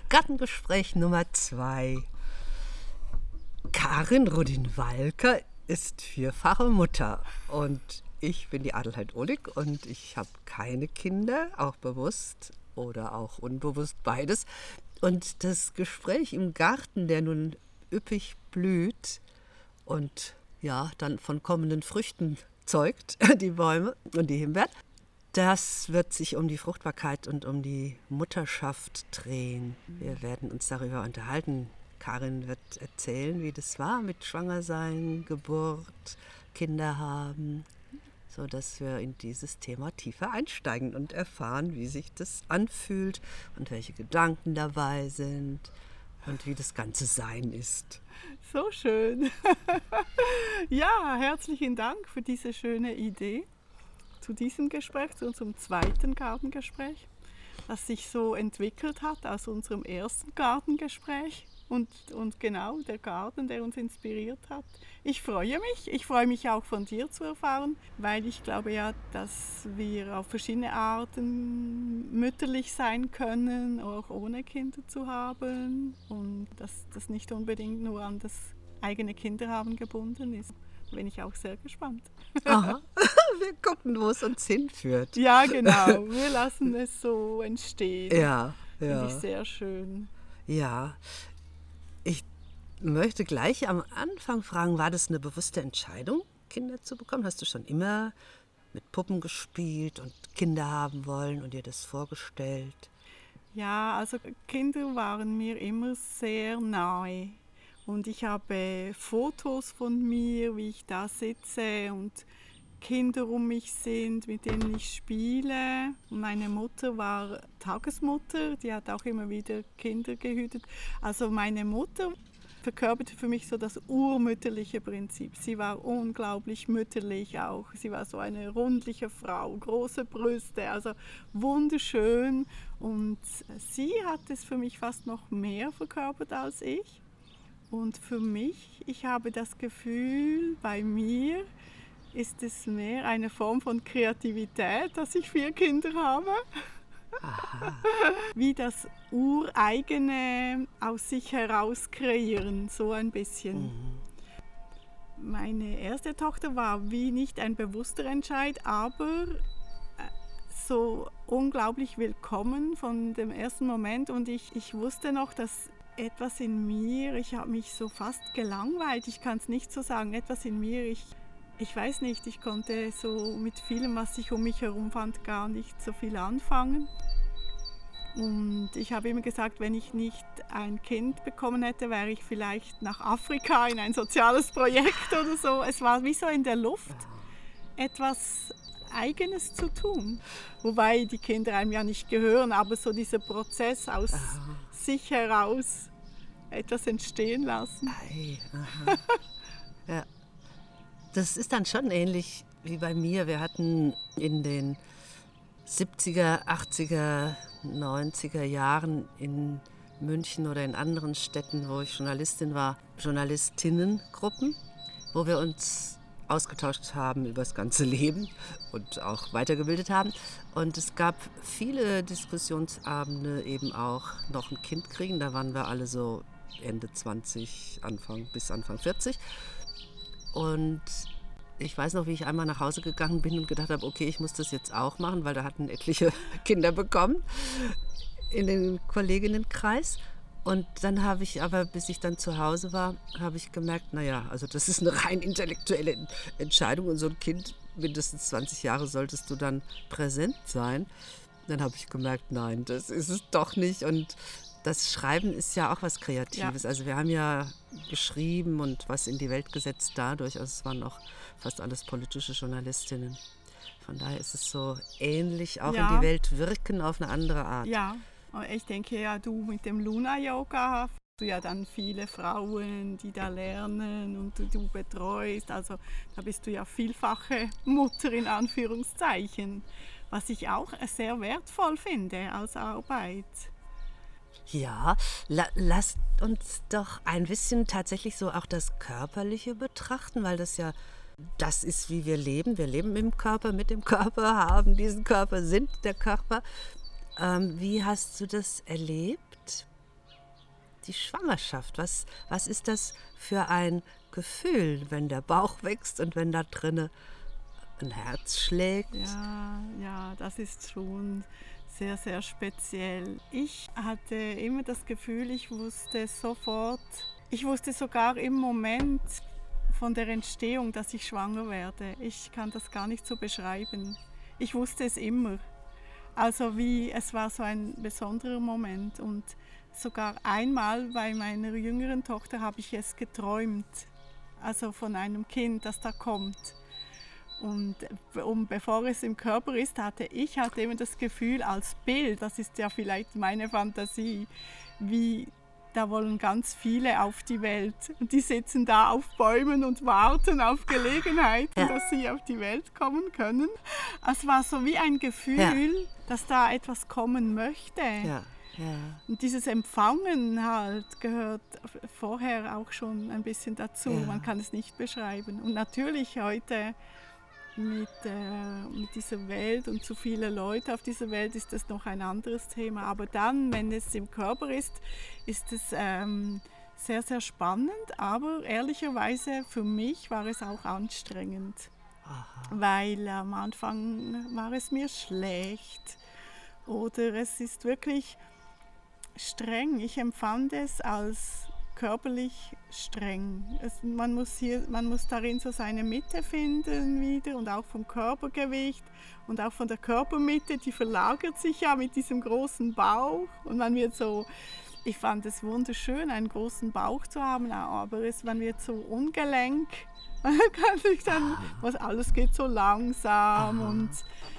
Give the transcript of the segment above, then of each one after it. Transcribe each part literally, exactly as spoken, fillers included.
Gartengespräch Nummer zwei. Karin Rudin-Walker ist vierfache Mutter und ich bin die Adelheid Ohlig und ich habe keine Kinder, auch bewusst oder auch unbewusst beides. Und das Gespräch im Garten, der nun üppig blüht und ja, dann von kommenden Früchten zeugt, die Bäume und die Himbeeren, das wird sich um die Fruchtbarkeit und um die Mutterschaft drehen. Wir werden uns darüber unterhalten. Karin wird erzählen, wie das war mit Schwangersein, Geburt, Kinder haben, sodass wir in dieses Thema tiefer einsteigen und erfahren, wie sich das anfühlt und welche Gedanken dabei sind und wie das ganze Sein ist. So schön. Ja, herzlichen Dank für diese schöne Idee zu diesem Gespräch, zu unserem zweiten Gartengespräch, das sich so entwickelt hat aus unserem ersten Gartengespräch. Und, und genau, der Garten, der uns inspiriert hat. Ich freue mich. Ich freue mich auch von dir zu erfahren, weil ich glaube ja, dass wir auf verschiedene Arten mütterlich sein können, auch ohne Kinder zu haben. Und dass das nicht unbedingt nur an das eigene Kinderhaben gebunden ist. Da bin ich auch sehr gespannt. Aha. Wir gucken, wo es uns hinführt. Ja, genau. Wir lassen es so entstehen. Ja, ja. Finde ich sehr schön. Ja. Ich möchte gleich am Anfang fragen, war das eine bewusste Entscheidung, Kinder zu bekommen? Hast du schon immer mit Puppen gespielt und Kinder haben wollen und dir das vorgestellt? Ja, also Kinder waren mir immer sehr nahe. Und ich habe Fotos von mir, wie ich da sitze und Kinder um mich sind, mit denen ich spiele. Meine Mutter war Tagesmutter, die hat auch immer wieder Kinder gehütet. Also meine Mutter verkörperte für mich so das urmütterliche Prinzip. Sie war unglaublich mütterlich auch. Sie war so eine rundliche Frau, große Brüste, also wunderschön. Und sie hat es für mich fast noch mehr verkörpert als ich. Und für mich, ich habe das Gefühl, bei mir ist es mehr eine Form von Kreativität, dass ich vier Kinder habe. Aha. Wie das Ureigene aus sich heraus kreieren, so ein bisschen. Mhm. Meine erste Tochter war wie nicht ein bewusster Entscheid, aber so unglaublich willkommen von dem ersten Moment. Und ich, ich wusste noch, dass etwas in mir, ich habe mich so fast gelangweilt, ich kann es nicht so sagen, etwas in mir, ich Ich weiß nicht, ich konnte so mit vielem, was ich um mich herum fand, gar nicht so viel anfangen. Und ich habe immer gesagt, wenn ich nicht ein Kind bekommen hätte, wäre ich vielleicht nach Afrika in ein soziales Projekt oder so. Es war wie so in der Luft, etwas Eigenes zu tun. Wobei die Kinder einem ja nicht gehören, aber so dieser Prozess aus aha. sich heraus etwas entstehen lassen. Ei, aha. Ja. Das ist dann schon ähnlich wie bei mir. Wir hatten in den siebziger, achtziger, neunziger Jahren in München oder in anderen Städten, wo ich Journalistin war, Journalistinnengruppen, wo wir uns ausgetauscht haben über das ganze Leben und auch weitergebildet haben. Und es gab viele Diskussionsabende eben auch noch ein Kind kriegen. Da waren wir alle so Ende zwanzig, Anfang bis Anfang vierzig. Und ich weiß noch, wie ich einmal nach Hause gegangen bin und gedacht habe, okay, ich muss das jetzt auch machen, weil da hatten etliche Kinder bekommen in den Kolleginnenkreis. Und dann habe ich aber, bis ich dann zu Hause war, habe ich gemerkt, naja, also das ist eine rein intellektuelle Entscheidung und so ein Kind, mindestens zwanzig Jahre solltest du dann präsent sein. Dann habe ich gemerkt, nein, das ist es doch nicht. Und das Schreiben ist ja auch was Kreatives. Ja. Also wir haben ja geschrieben und was in die Welt gesetzt dadurch. Also es waren auch fast alles politische Journalistinnen. Von daher ist es so ähnlich, auch ja. in die Welt wirken auf eine andere Art. Ja, ich denke ja, du mit dem Luna-Yoga hast du ja dann viele Frauen, die da lernen und du, du betreust. Also da bist du ja vielfache Mutter in Anführungszeichen, was ich auch sehr wertvoll finde als Arbeit. Ja, la- lasst uns doch ein bisschen tatsächlich so auch das Körperliche betrachten, weil das ja das ist, wie wir leben. Wir leben im Körper, mit dem Körper, haben diesen Körper, sind der Körper. Ähm, wie hast du das erlebt die Schwangerschaft. Was, was ist das für ein Gefühl, wenn der Bauch wächst und wenn da drinne ein Herz schlägt? Ja, ja, das ist schon sehr, sehr speziell. Ich hatte immer das Gefühl, ich wusste sofort, ich wusste sogar im Moment von der Entstehung, dass ich schwanger werde. Ich kann das gar nicht so beschreiben. Ich wusste es immer. Also wie, es war so ein besonderer Moment. Und sogar einmal bei meiner jüngeren Tochter habe ich es geträumt. Also von einem Kind, das da kommt. Und um, bevor es im Körper ist, hatte ich hatte immer das Gefühl als Bild, das ist ja vielleicht meine Fantasie, wie da wollen ganz viele auf die Welt. Und die sitzen da auf Bäumen und warten auf Gelegenheit, ja. dass sie auf die Welt kommen können. Es war so wie ein Gefühl, ja. dass da etwas kommen möchte. Ja. Ja. Und dieses Empfangen halt gehört vorher auch schon ein bisschen dazu. Ja. Man kann es nicht beschreiben. Und natürlich heute mit, äh, mit dieser Welt und zu viele Leute auf dieser Welt ist das noch ein anderes Thema. Aber dann, wenn es im Körper ist, ist es ähm, sehr, sehr spannend. Aber ehrlicherweise für mich war es auch anstrengend. Aha. Weil am Anfang war es mir schlecht. Oder es ist wirklich streng. Ich empfand es als körperlich streng. Es, man, muss hier, man muss darin so seine Mitte finden wieder und auch vom Körpergewicht und auch von der Körpermitte, die verlagert sich ja mit diesem großen Bauch und man wird so, ich fand es wunderschön, einen großen Bauch zu haben, aber es, man wird so ungelenk, man kann sich dann, was, alles geht so langsam und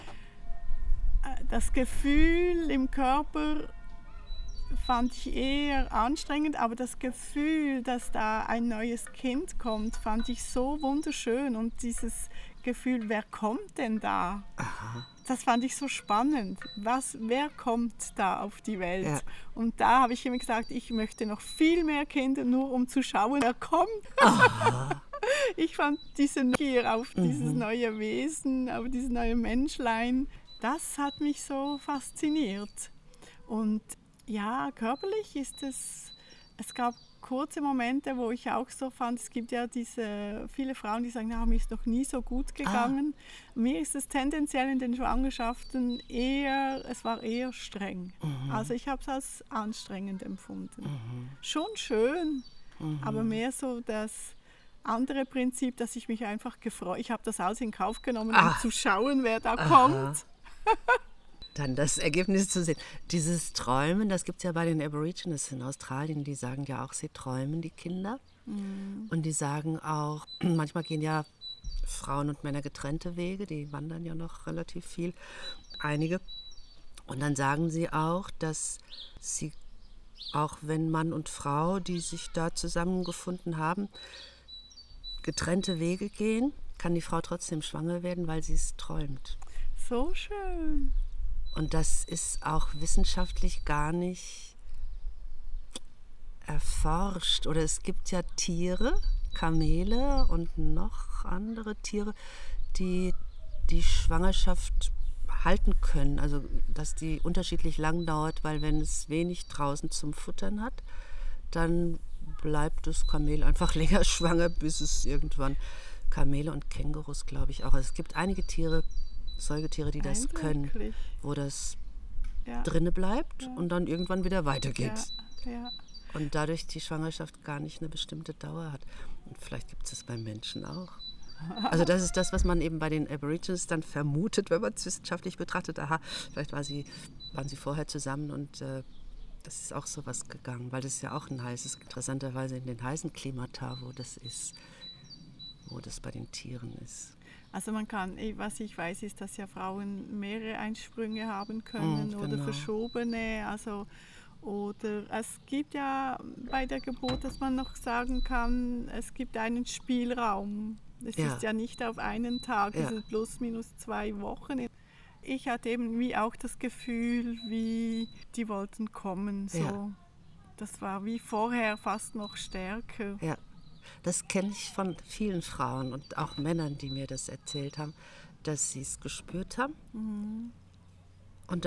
das Gefühl im Körper fand ich eher anstrengend, aber das Gefühl, dass da ein neues Kind kommt, fand ich so wunderschön. Und dieses Gefühl, wer kommt denn da? Aha. Das fand ich so spannend. Was, wer kommt da auf die Welt? Ja. Und da habe ich immer gesagt, ich möchte noch viel mehr Kinder, nur um zu schauen, wer kommt. Aha. Ich fand diese Neugier auf mhm. dieses neue Wesen, auf dieses neue Menschlein, das hat mich so fasziniert. Und ja, körperlich ist es, es gab kurze Momente, wo ich auch so fand, es gibt ja diese viele Frauen, die sagen, ja, mir ist noch nie so gut gegangen. Ah. Mir ist es tendenziell in den Schwangerschaften eher, es war eher streng. Mhm. Also ich habe es als anstrengend empfunden. Mhm. Schon schön, mhm. aber mehr so das andere Prinzip, dass ich mich einfach gefreut, ich habe das alles in Kauf genommen, ah. um zu schauen, wer da Aha. kommt. Dann das Ergebnis zu sehen. Dieses Träumen, das gibt es ja bei den Aborigines in Australien, die sagen ja auch, sie träumen, die Kinder. Mhm. Und die sagen auch, manchmal gehen ja Frauen und Männer getrennte Wege, die wandern ja noch relativ viel, einige. Und dann sagen sie auch, dass sie, auch wenn Mann und Frau, die sich da zusammengefunden haben, getrennte Wege gehen, kann die Frau trotzdem schwanger werden, weil sie es träumt. So schön. Und das ist auch wissenschaftlich gar nicht erforscht. Oder es gibt ja Tiere, Kamele und noch andere Tiere, die die Schwangerschaft halten können. Also dass die unterschiedlich lang dauert, weil wenn es wenig draußen zum Futtern hat, dann bleibt das Kamel einfach länger schwanger, bis es irgendwann, Kamele und Kängurus glaube ich auch. Also es gibt einige Tiere, Säugetiere, die das können, wo das ja. drinne bleibt ja. und dann irgendwann wieder weitergeht. Ja. Ja. Und dadurch die Schwangerschaft gar nicht eine bestimmte Dauer hat. Und vielleicht gibt es das beim Menschen auch. Also das ist das, was man eben bei den Aborigines dann vermutet, wenn man es wissenschaftlich betrachtet. Aha, vielleicht war sie, waren sie vorher zusammen und äh, das ist auch sowas gegangen, weil das ist ja auch ein heißes, interessanterweise in den heißen Klimata, wo das ist, wo das bei den Tieren ist. Also man kann, was ich weiß, ist, dass ja Frauen mehrere Einsprünge haben können mm, genau. oder verschobene. Also, oder es gibt ja bei der Geburt, dass man noch sagen kann, es gibt einen Spielraum. Es ja. ist ja nicht auf einen Tag, ja. es sind plus minus zwei Wochen. Ich hatte eben wie auch das Gefühl, wie die wollten kommen. So. Ja. Das war wie vorher fast noch stärker. Ja. Das kenne ich von vielen Frauen und auch Männern, die mir das erzählt haben, dass sie es gespürt haben mhm. und dann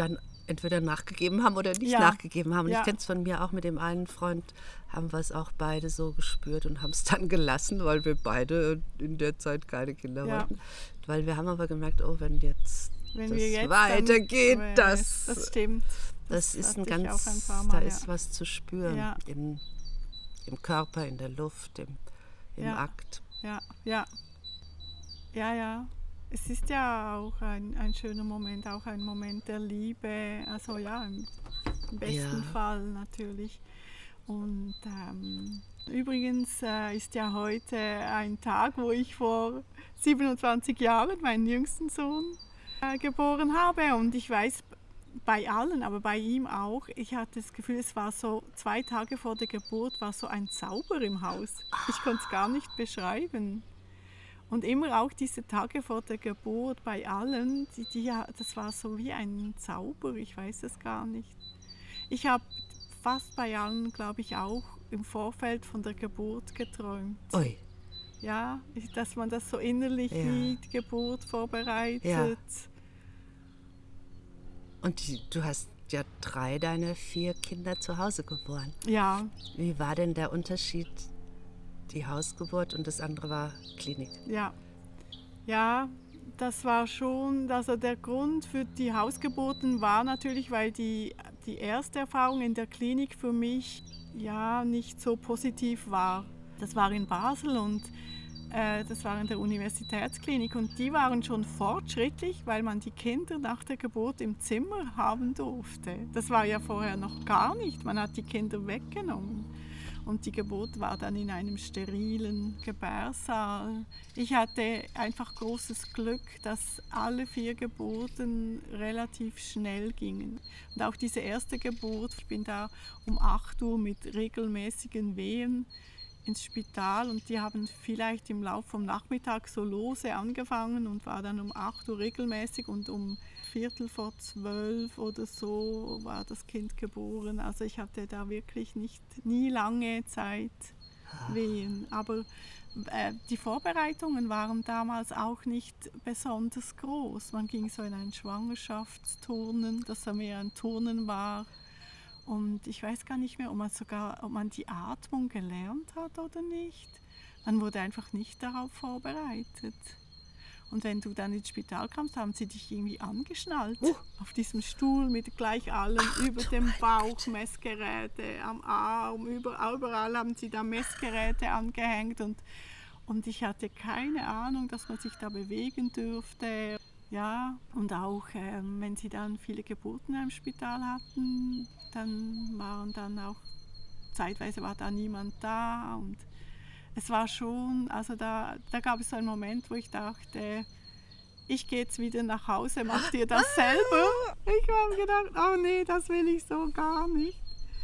entweder nachgegeben haben oder nicht Ja. nachgegeben haben. Und Ja. ich kenne es von mir auch mit dem einen Freund, haben wir es auch beide so gespürt und haben es dann gelassen, weil wir beide in der Zeit keine Kinder Ja. wollten. Weil wir haben aber gemerkt, oh, wenn jetzt Wenn das wir jetzt weitergeht, dann, das, das stimmt. das ist ein hatte ich ganz, auch ein paar da Mal, ist ja. was zu spüren Ja. im, im Körper, in der Luft, im, im Ja. Akt. Ja, ja. Ja, ja. Es ist ja auch ein, ein schöner Moment, auch ein Moment der Liebe. Also ja, im, im besten Ja. Fall natürlich. Und ähm, übrigens äh, ist ja heute ein Tag, wo ich vor siebenundzwanzig Jahren meinen jüngsten Sohn äh, geboren habe. Und ich weiß bei allen, aber bei ihm auch, ich hatte das Gefühl, es war so zwei Tage vor der Geburt, war so ein Zauber im Haus. Ich konnte es gar nicht beschreiben. Und immer auch diese Tage vor der Geburt bei allen, die, die, das war so wie ein Zauber, ich weiß es gar nicht. Ich habe fast bei allen, glaube ich, auch im Vorfeld von der Geburt geträumt. Ui. Ja, ich- dass man das so innerlich Ja. wie die Geburt vorbereitet. Ja. Und die, du hast ja drei deiner vier Kinder zu Hause geboren. Ja, Wie war denn der Unterschied, die Hausgeburt und das andere war Klinik? ja. Ja, das war schon, also der Grund für die Hausgeburten war natürlich, weil die, die erste Erfahrung in der Klinik für mich ja nicht so positiv war. Das war in Basel und äh, das war in der Universitätsklinik und die waren schon fortschrittlich, weil man die Kinder nach der Geburt im Zimmer haben durfte. Das war ja vorher noch gar nicht, man hat die Kinder weggenommen. Und die Geburt war dann in einem sterilen Gebärsaal. Ich hatte einfach großes Glück, dass alle vier Geburten relativ schnell gingen. Und auch diese erste Geburt, ich bin da um acht Uhr mit regelmäßigen Wehen ins Spital und die haben vielleicht im Laufe vom Nachmittag so lose angefangen und war dann um acht Uhr regelmäßig und um Viertel vor zwölf oder so war das Kind geboren. Also ich hatte da wirklich nicht, nie lange Zeit wehen. Aber äh, die Vorbereitungen waren damals auch nicht besonders groß. Man ging so in ein Schwangerschaftsturnen, das ja mehr ein Turnen war. Und ich weiß gar nicht mehr, ob man sogar, ob man die Atmung gelernt hat oder nicht. Man wurde einfach nicht darauf vorbereitet. Und wenn du dann ins Spital kamst, haben sie dich irgendwie angeschnallt. Uh. Auf diesem Stuhl mit gleich allem, Ach, über du dem mein Bauch Gott. Messgeräte, am Arm, über, überall haben sie da Messgeräte angehängt. Und, und ich hatte keine Ahnung, dass man sich da bewegen dürfte. Ja, und auch ähm, wenn sie dann viele Geburten im Spital hatten, dann waren dann auch, zeitweise war da niemand da und es war schon, also da, da gab es so einen Moment, wo ich dachte, ich gehe jetzt wieder nach Hause, mach dir das selber. Ich habe gedacht, oh nee, das will ich so gar nicht.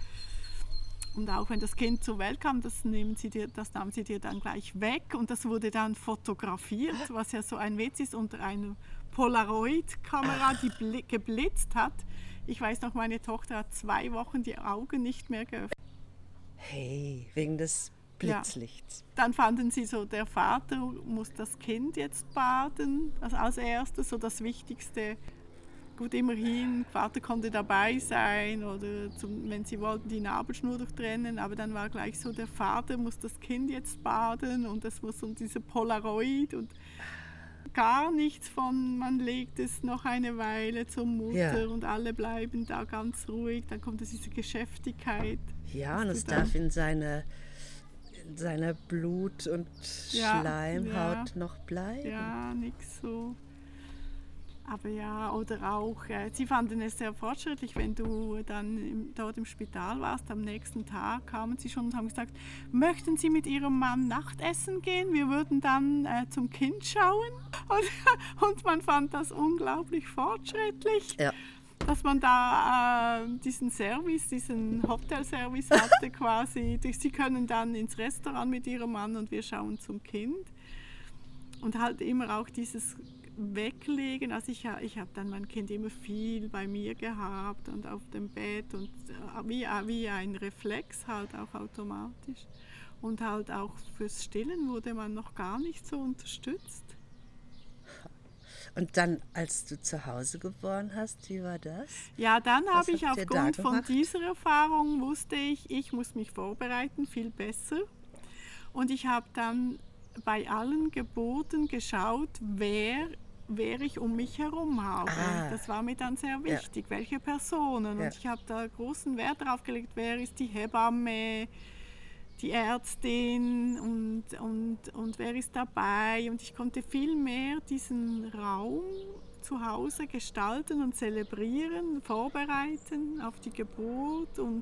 Und auch wenn das Kind zur Welt kam, das, nehmen sie dir, das nahmen sie dir dann gleich weg und das wurde dann fotografiert, was ja so ein Witz ist, unter einer Polaroid-Kamera, die bli- geblitzt hat. Ich weiß noch, meine Tochter hat zwei Wochen die Augen nicht mehr geöffnet. Hey, wegen des Blitzlichts. Dann fanden sie so, der Vater muss das Kind jetzt baden, das als erstes, so das Wichtigste. Gut, immerhin, Vater konnte dabei sein oder zum, wenn sie wollten, die Nabelschnur durchtrennen, aber dann war gleich so, der Vater muss das Kind jetzt baden und es muss um diese Polaroid und gar nichts von, man legt es noch eine Weile zur Mutter Ja. und alle bleiben da ganz ruhig, dann kommt es diese Geschäftigkeit. Ja, und dass es du dann- darf in seiner, in seiner Blut- und Ja, Schleimhaut ja. noch bleiben. Ja, nix so. Aber ja, oder auch, äh, sie fanden es sehr fortschrittlich, wenn du dann im, dort im Spital warst, am nächsten Tag kamen sie schon und haben gesagt, möchten Sie mit Ihrem Mann Nachtessen gehen? Wir würden dann äh, zum Kind schauen. Und, und man fand das unglaublich fortschrittlich, Ja. dass man da äh, diesen Service, diesen Hotelservice hatte quasi. Sie können dann ins Restaurant mit Ihrem Mann und wir schauen zum Kind. Und halt immer auch dieses Weglegen, also ich, ich habe dann mein Kind immer viel bei mir gehabt und auf dem Bett und äh, wie, wie ein Reflex halt auch automatisch. Und halt auch fürs Stillen wurde man noch gar nicht so unterstützt. Und dann, als du zu Hause geboren hast, wie war das? Ja, dann Was habe ich habt ihr da aufgrund von gemacht? dieser Erfahrung, wusste ich, ich muss mich vorbereiten, viel besser. Und ich habe dann bei allen Geburten geschaut, wer, wer ich um mich herum habe. Ah. Das war mir dann sehr wichtig, ja. Welche Personen. Ja. Und ich habe da großen Wert darauf gelegt, wer ist die Hebamme, die Ärztin und, und, und wer ist dabei. Und ich konnte viel mehr diesen Raum zu Hause gestalten und zelebrieren, vorbereiten auf die Geburt und,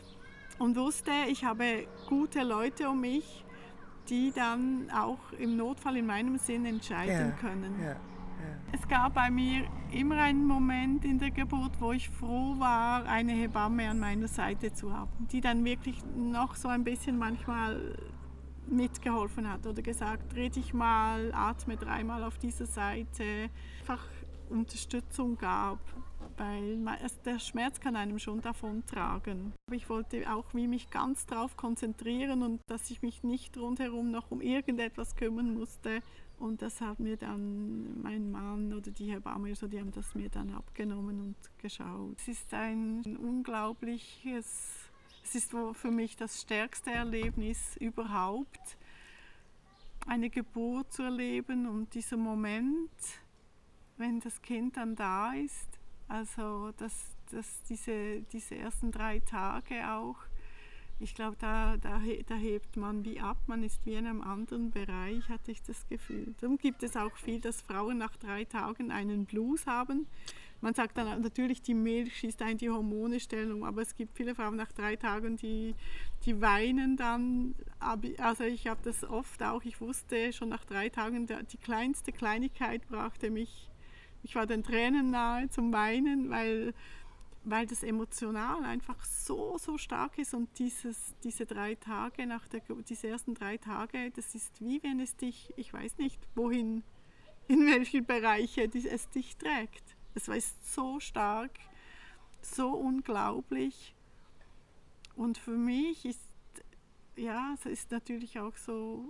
und wusste, ich habe gute Leute um mich, die dann auch im Notfall in meinem Sinn entscheiden Ja, können. ja, ja. Es gab bei mir immer einen Moment in der Geburt, wo ich froh war, eine Hebamme an meiner Seite zu haben, die dann wirklich noch so ein bisschen manchmal mitgeholfen hat oder gesagt, dreh dich mal, atme dreimal auf dieser Seite, einfach Unterstützung gab, weil der Schmerz kann einem schon davontragen. Ich wollte auch wie mich ganz darauf konzentrieren und dass ich mich nicht rundherum noch um irgendetwas kümmern musste. Und das hat mir dann mein Mann oder die Hebamme, also die haben das mir dann abgenommen und geschaut. Es ist ein unglaubliches, es ist für mich das stärkste Erlebnis überhaupt, eine Geburt zu erleben und dieser Moment, wenn das Kind dann da ist, also dass, dass diese, diese ersten drei Tage auch, ich glaube, da, da, da hebt man wie ab, man ist wie in einem anderen Bereich, hatte ich das Gefühl. Darum gibt es auch viel, dass Frauen nach drei Tagen einen Blues haben. Man sagt dann natürlich, die Milch ist ein die Hormone stellen um, aber es gibt viele Frauen nach drei Tagen, die, die weinen dann. Also ich habe das oft auch, ich wusste schon nach drei Tagen, die kleinste Kleinigkeit brachte mich, ich war den Tränen nahe zum Weinen, weil... weil das emotional einfach so, so stark ist und dieses, diese drei Tage, nach der, diese ersten drei Tage, das ist wie wenn es dich, ich weiß nicht wohin, in welche Bereiche es dich trägt. Es ist so stark, so unglaublich und für mich ist, ja, es ist natürlich auch so,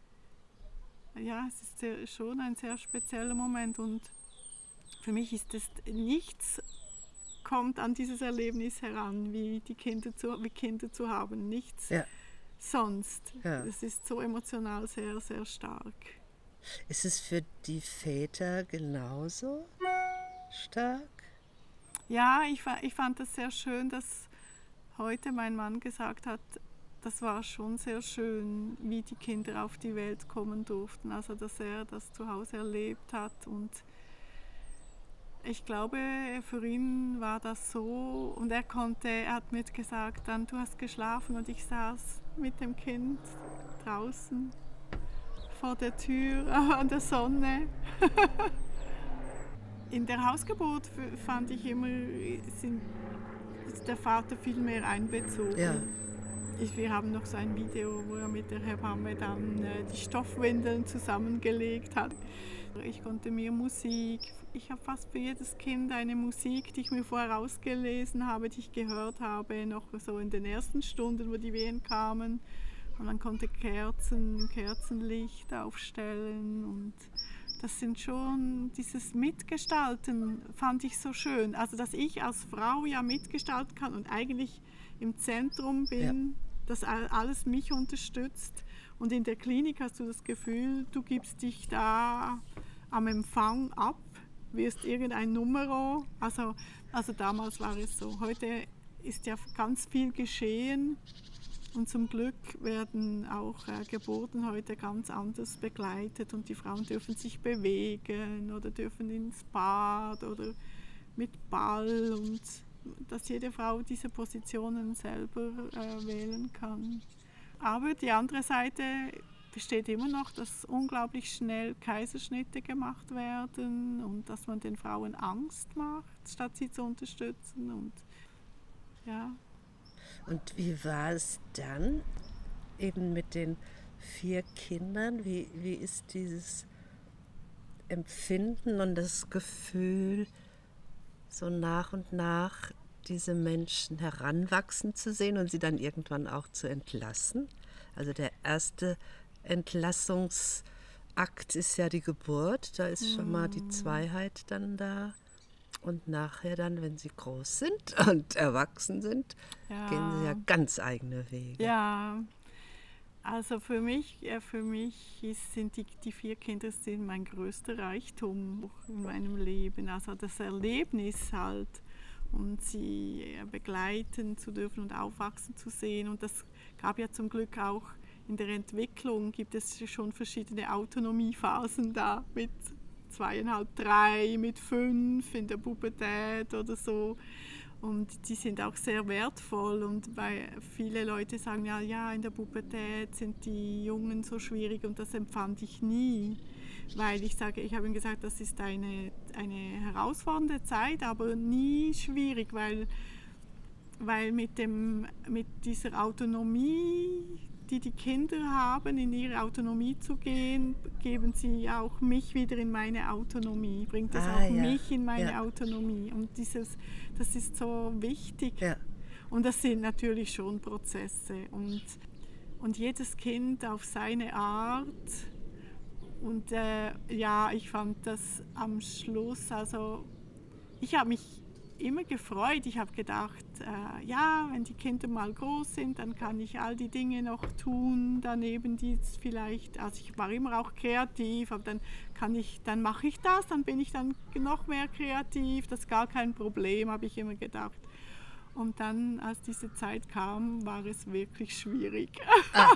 ja, es ist sehr, schon ein sehr spezieller Moment und für mich ist es nichts, kommt an dieses Erlebnis heran, wie die Kinder zu, wie Kinder zu haben. Nichts ja. sonst. Ja. Es ist so emotional sehr, sehr stark. Ist es für die Väter genauso stark? Ja, ich, ich fand das sehr schön, dass heute mein Mann gesagt hat, das war schon sehr schön, wie die Kinder auf die Welt kommen durften. Also, dass er das zu Hause erlebt hat und ich glaube, für ihn war das so und er konnte, er hat mir gesagt, dann du hast geschlafen und ich saß mit dem Kind draußen vor der Tür an der Sonne. In der Hausgeburt fand ich immer, sind, ist der Vater viel mehr einbezogen. Ja. Ich, wir haben noch so ein Video, wo er mit der Hebamme dann äh, die Stoffwindeln zusammengelegt hat. Ich konnte mir Musik, ich habe fast für jedes Kind eine Musik, die ich mir vorher ausgelesen habe, die ich gehört habe, noch so in den ersten Stunden, wo die Wehen kamen. Und man konnte Kerzen, Kerzenlicht aufstellen und das sind schon, dieses Mitgestalten fand ich so schön. Also, dass ich als Frau ja mitgestalten kann und eigentlich im Zentrum bin, ja. Dass alles mich unterstützt. Und in der Klinik hast du das Gefühl, du gibst dich da am Empfang ab, wirst irgendein Numero. Also, also damals war es so. Heute ist ja ganz viel geschehen. Und zum Glück werden auch äh, Geburten heute ganz anders begleitet und die Frauen dürfen sich bewegen oder dürfen ins Bad oder mit Ball und dass jede Frau diese Positionen selber äh, wählen kann. Aber die andere Seite besteht immer noch, dass unglaublich schnell Kaiserschnitte gemacht werden und dass man den Frauen Angst macht, statt sie zu unterstützen. Und, ja. Und wie war es dann eben mit den vier Kindern? Wie, wie ist dieses Empfinden und das Gefühl, so nach und nach diese Menschen heranwachsen zu sehen und sie dann irgendwann auch zu entlassen? Also der erste Entlassungsakt Akt ist ja die Geburt, da ist schon mal die Zweiheit dann da. Und nachher dann, wenn sie groß sind und erwachsen sind, Ja. gehen sie ja ganz eigene Wege. Ja, also für mich, ja, für mich ist, sind die, die vier Kinder sind mein größter Reichtum in meinem Leben. Also das Erlebnis halt und sie begleiten zu dürfen und aufwachsen zu sehen. Und das gab ja zum Glück auch in der Entwicklung, gibt es schon verschiedene Autonomiephasen da mit zweieinhalb, drei, mit fünf in der Pubertät oder so. Und die sind auch sehr wertvoll. Und weil viele Leute sagen, ja, ja, in der Pubertät sind die Jungen so schwierig und das empfand ich nie. Weil ich sage, ich habe ihm gesagt, das ist eine, eine herausfordernde Zeit, aber nie schwierig, weil, weil mit, dem, mit dieser Autonomie, die die Kinder haben, in ihre Autonomie zu gehen, geben sie auch mich wieder in meine Autonomie, bringt es Ah, auch ja. mich in meine Ja. Autonomie. Und dieses, das ist so wichtig. Ja. Und das sind natürlich schon Prozesse. Und, und jedes Kind auf seine Art. Und äh, ja, ich fand das am Schluss, also ich habe mich immer gefreut. Ich habe gedacht, äh, ja, wenn die Kinder mal groß sind, dann kann ich all die Dinge noch tun, daneben die jetzt vielleicht, also ich war immer auch kreativ, aber dann kann ich, dann mache ich das, dann bin ich dann noch mehr kreativ, das ist gar kein Problem, habe ich immer gedacht. Und dann, als diese Zeit kam, war es wirklich schwierig. Ah.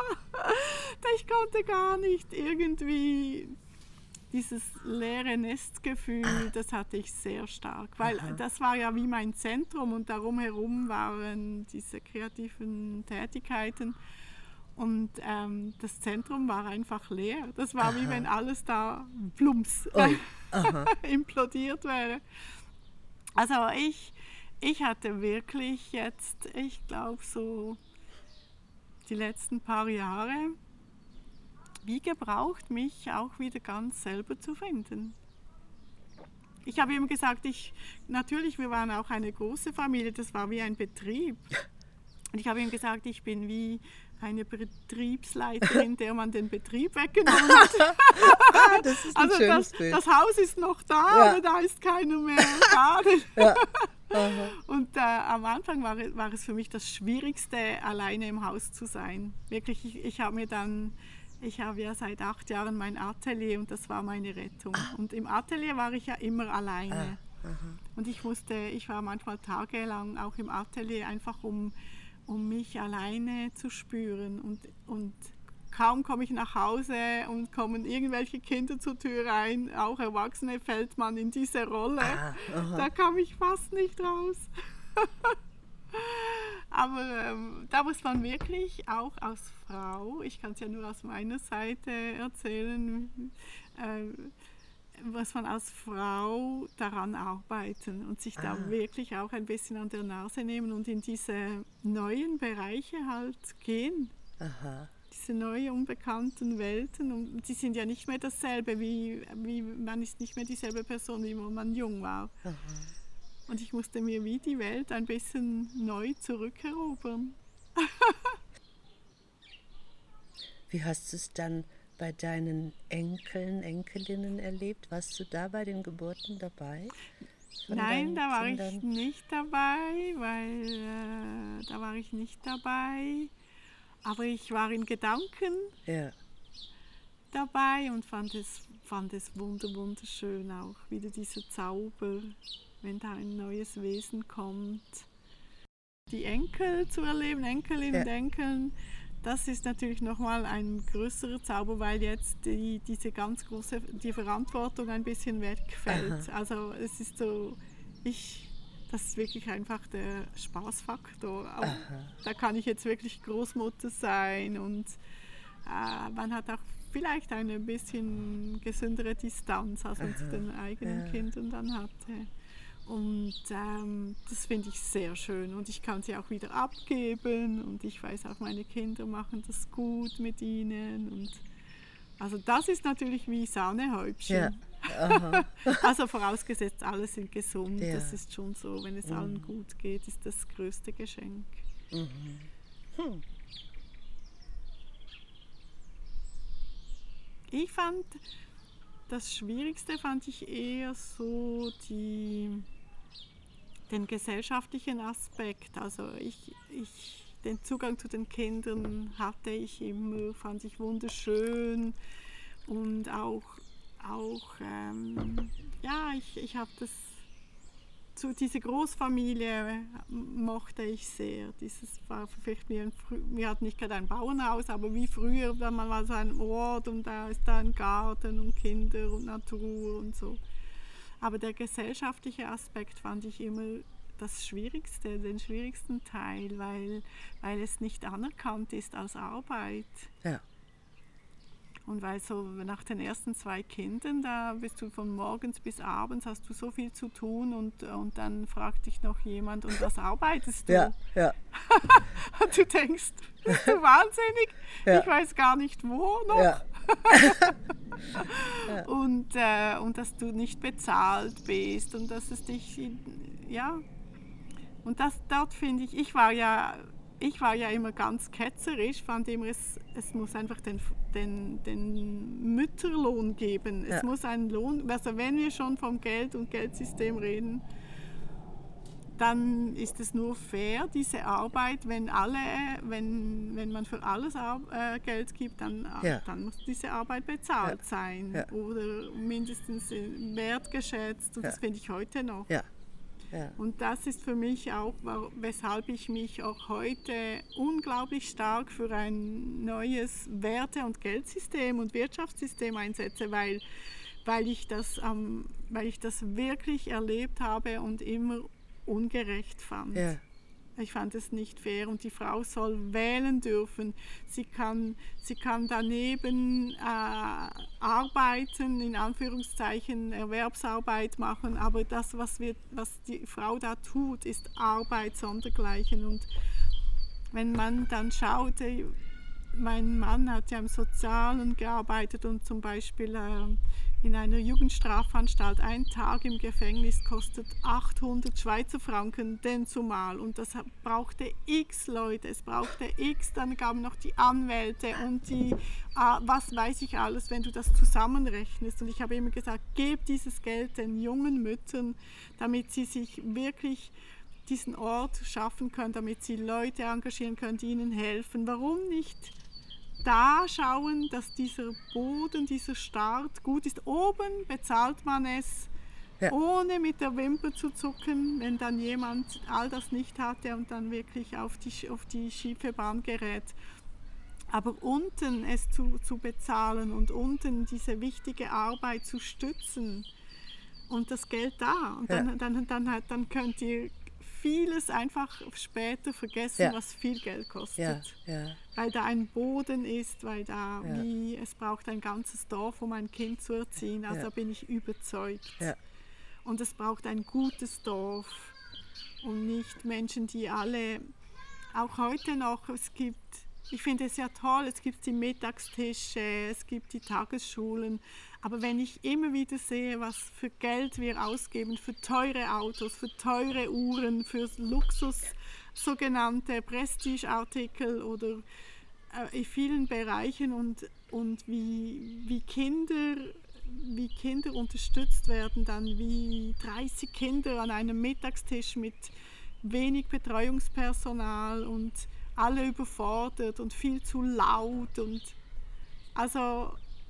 Ich konnte gar nicht irgendwie dieses leere Nestgefühl, das hatte ich sehr stark, weil Aha. das war ja wie mein Zentrum und darum herum waren diese kreativen Tätigkeiten und ähm, das Zentrum war einfach leer. Das war Aha. wie wenn alles da plumps Ui. Aha. implodiert wäre. Also ich, ich hatte wirklich jetzt, ich glaube so die letzten paar Jahre wie gebraucht, mich auch wieder ganz selber zu finden. Ich habe ihm gesagt, ich, natürlich, wir waren auch eine große Familie, das war wie ein Betrieb. Und ich habe ihm gesagt, ich bin wie eine Betriebsleiterin, der man den Betrieb weggenommen hat. Ah, das ist ein Also schönes das, Bild. das Haus ist noch da, Ja. aber da ist keiner mehr. Schade. Ja. Aha. Und äh, am Anfang war, war es für mich das Schwierigste, alleine im Haus zu sein. Wirklich, ich, ich habe mir dann, ich habe ja seit acht Jahren mein Atelier und das war meine Rettung. Und im Atelier war ich ja immer alleine. Ah, aha. Und ich musste, ich war manchmal tagelang auch im Atelier, einfach um, um mich alleine zu spüren. Und, und kaum komme ich nach Hause und kommen irgendwelche Kinder zur Tür rein, auch Erwachsene, fällt man in diese Rolle. Ah, aha. Da kam ich fast nicht raus. Aber ähm, da muss man wirklich auch als Frau, ich kann es ja nur aus meiner Seite erzählen, äh, muss man als Frau daran arbeiten und sich da Ah. wirklich auch ein bisschen an der Nase nehmen und in diese neuen Bereiche halt gehen. Aha. Diese neuen, unbekannten Welten, und die sind ja nicht mehr dasselbe, wie, wie man ist nicht mehr dieselbe Person, wie man jung war. Aha. Und ich musste mir wie die Welt ein bisschen neu zurückerobern. Wie hast du es dann bei deinen Enkeln, Enkelinnen erlebt? Warst du da bei den Geburten dabei? Von Nein, deinen da war Kindern? ich nicht dabei, weil äh, da war ich nicht dabei. Aber ich war in Gedanken Ja. dabei und fand es, fand es wunder, wunderschön auch, wieder dieser Zauber, wenn da ein neues Wesen kommt. Die Enkel zu erleben, Enkelinnen Ja. und Enkeln, das ist natürlich nochmal ein größerer Zauber, weil jetzt die, diese ganz große, die Verantwortung ein bisschen wegfällt. Aha. Also es ist so, ich, das ist wirklich einfach der Spaßfaktor. Auch, Aha. da kann ich jetzt wirklich Großmutter sein und äh, man hat auch vielleicht eine bisschen gesündere Distanz, als man zu Aha. den eigenen Ja. Kindern dann hatte. Und ähm, das finde ich sehr schön und ich kann sie auch wieder abgeben und ich weiß auch, meine Kinder machen das gut mit ihnen. Und also das ist natürlich wie Sahnehäubchen. Ja. Aha. Also vorausgesetzt, alle sind gesund, Ja. das ist schon so. Wenn es allen gut geht, ist das größte Geschenk. Mhm. Hm. Ich fand, das Schwierigste fand ich eher so die, den gesellschaftlichen Aspekt. Also ich, ich, den Zugang zu den Kindern hatte ich immer, fand ich wunderschön. Und auch, auch ähm, ja, ich, ich habe das, zu, diese Großfamilie mochte ich sehr. Dieses war vielleicht mir, ein, wir hatten nicht gerade ein Bauernhaus, aber wie früher, wenn man mal so ein Ort und da ist da ein Garten und Kinder und Natur und so. Aber der gesellschaftliche Aspekt fand ich immer das Schwierigste, den schwierigsten Teil, weil, weil es nicht anerkannt ist als Arbeit. Ja. Und weil so nach den ersten zwei Kindern, da bist du von morgens bis abends, hast du so viel zu tun und, und dann fragt dich noch jemand, und was arbeitest du? Ja, ja. Und du denkst, bist du wahnsinnig? Ja. Ich weiß gar nicht wo noch. Ja. Ja. Und, äh, und dass du nicht bezahlt bist und dass es dich, ja. Und das, dort finde ich, ich war ja... Ich war ja immer ganz ketzerisch, fand immer, es, es muss einfach den, den, den Mütterlohn geben. Es ja. muss einen Lohn, also wenn wir schon vom Geld und Geldsystem reden, dann ist es nur fair, diese Arbeit, wenn alle, wenn, wenn man für alles äh, Geld gibt, dann, ja. dann muss diese Arbeit bezahlt ja. sein ja. oder mindestens wertgeschätzt, und ja. das finde ich heute noch. Ja. Ja. Und das ist für mich auch, weshalb ich mich auch heute unglaublich stark für ein neues Werte- und Geldsystem und Wirtschaftssystem einsetze, weil, weil, ich das, ähm, weil ich das wirklich erlebt habe und immer ungerecht fand. Ja. Ich fand es nicht fair, und die Frau soll wählen dürfen. Sie kann, sie kann daneben äh, arbeiten, in Anführungszeichen Erwerbsarbeit machen, aber das, was, wir, was die Frau da tut, ist Arbeit sondergleichen. Und wenn man dann schaut, mein Mann hat ja im Sozialen gearbeitet und zum Beispiel äh, in einer Jugendstrafanstalt, ein Tag im Gefängnis kostet achthundert Schweizer Franken, denn zumal. Und das brauchte x Leute, es brauchte x, dann gaben noch die Anwälte und die, äh, was weiß ich alles, wenn du das zusammenrechnest. Und ich habe immer gesagt, gebt dieses Geld den jungen Müttern, damit sie sich wirklich diesen Ort schaffen können, damit sie Leute engagieren können, die ihnen helfen. Warum nicht da schauen, dass dieser Boden, dieser Start gut ist? Oben bezahlt man es, ja. ohne mit der Wimper zu zucken, wenn dann jemand all das nicht hatte und dann wirklich auf die, auf die schiefe Bahn gerät. Aber unten es zu, zu bezahlen und unten diese wichtige Arbeit zu stützen und das Geld da. Und dann, ja. dann, dann, dann, dann könnt ihr vieles einfach später vergessen, ja. was viel Geld kostet. Ja, ja. Weil da ein Boden ist, weil da ja. wie, es braucht ein ganzes Dorf, um ein Kind zu erziehen. Also ja. da bin ich überzeugt. Ja. Und es braucht ein gutes Dorf und nicht Menschen, die alle, auch heute noch, es gibt, ich finde es ja toll, es gibt die Mittagstische, es gibt die Tagesschulen, aber wenn ich immer wieder sehe, was für Geld wir ausgeben, für teure Autos, für teure Uhren, für Luxus, sogenannte Prestigeartikel oder äh, in vielen Bereichen und, und wie, wie Kinder, wie Kinder unterstützt werden, dann wie dreißig Kinder an einem Mittagstisch mit wenig Betreuungspersonal und alle überfordert und viel zu laut und also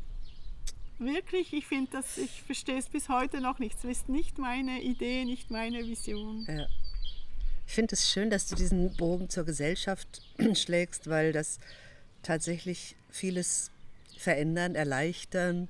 wirklich, ich finde das, ich verstehe es bis heute noch nicht. Es ist nicht meine Idee, nicht meine Vision. Ja. Ich finde es schön, dass du diesen Bogen zur Gesellschaft schlägst, weil das tatsächlich vieles verändern, erleichtern,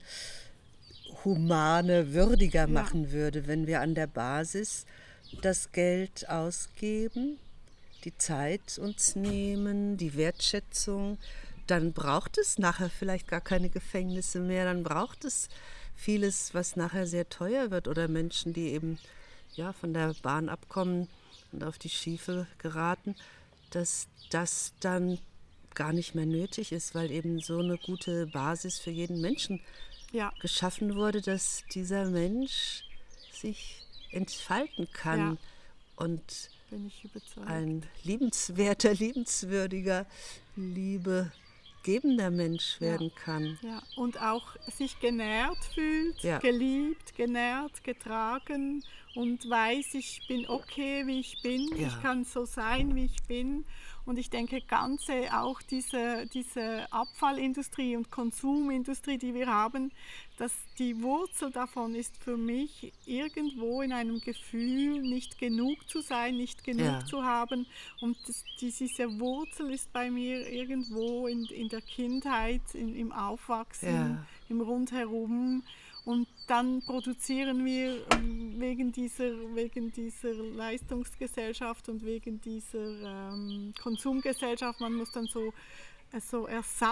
humane, würdiger machen ja. würde, wenn wir an der Basis das Geld ausgeben, die Zeit uns nehmen, die Wertschätzung. Dann braucht es nachher vielleicht gar keine Gefängnisse mehr, dann braucht es vieles, was nachher sehr teuer wird oder Menschen, die eben ja, von der Bahn abkommen und auf die Schiefe geraten, dass das dann gar nicht mehr nötig ist, weil eben so eine gute Basis für jeden Menschen ja. geschaffen wurde, dass dieser Mensch sich entfalten kann ja. und bin ich überzeugt. Ein liebenswerter, liebenswürdiger, liebe gebender Mensch werden ja. kann. Ja. Und auch sich genährt fühlt, Ja. geliebt, genährt, getragen und weiß, ich bin okay, wie ich bin, Ja. ich kann so sein, wie ich bin. Und ich denke, ganze auch diese, diese Abfallindustrie und Konsumindustrie, die wir haben, dass die Wurzel davon ist für mich irgendwo in einem Gefühl, nicht genug zu sein, nicht genug Ja. zu haben. Und das, die, diese Wurzel ist bei mir irgendwo in, in der Kindheit, in, im Aufwachsen, Ja. im Rundherum. Und dann produzieren wir wegen dieser, wegen dieser Leistungsgesellschaft und wegen dieser ähm, Konsumgesellschaft, man muss dann so, äh, so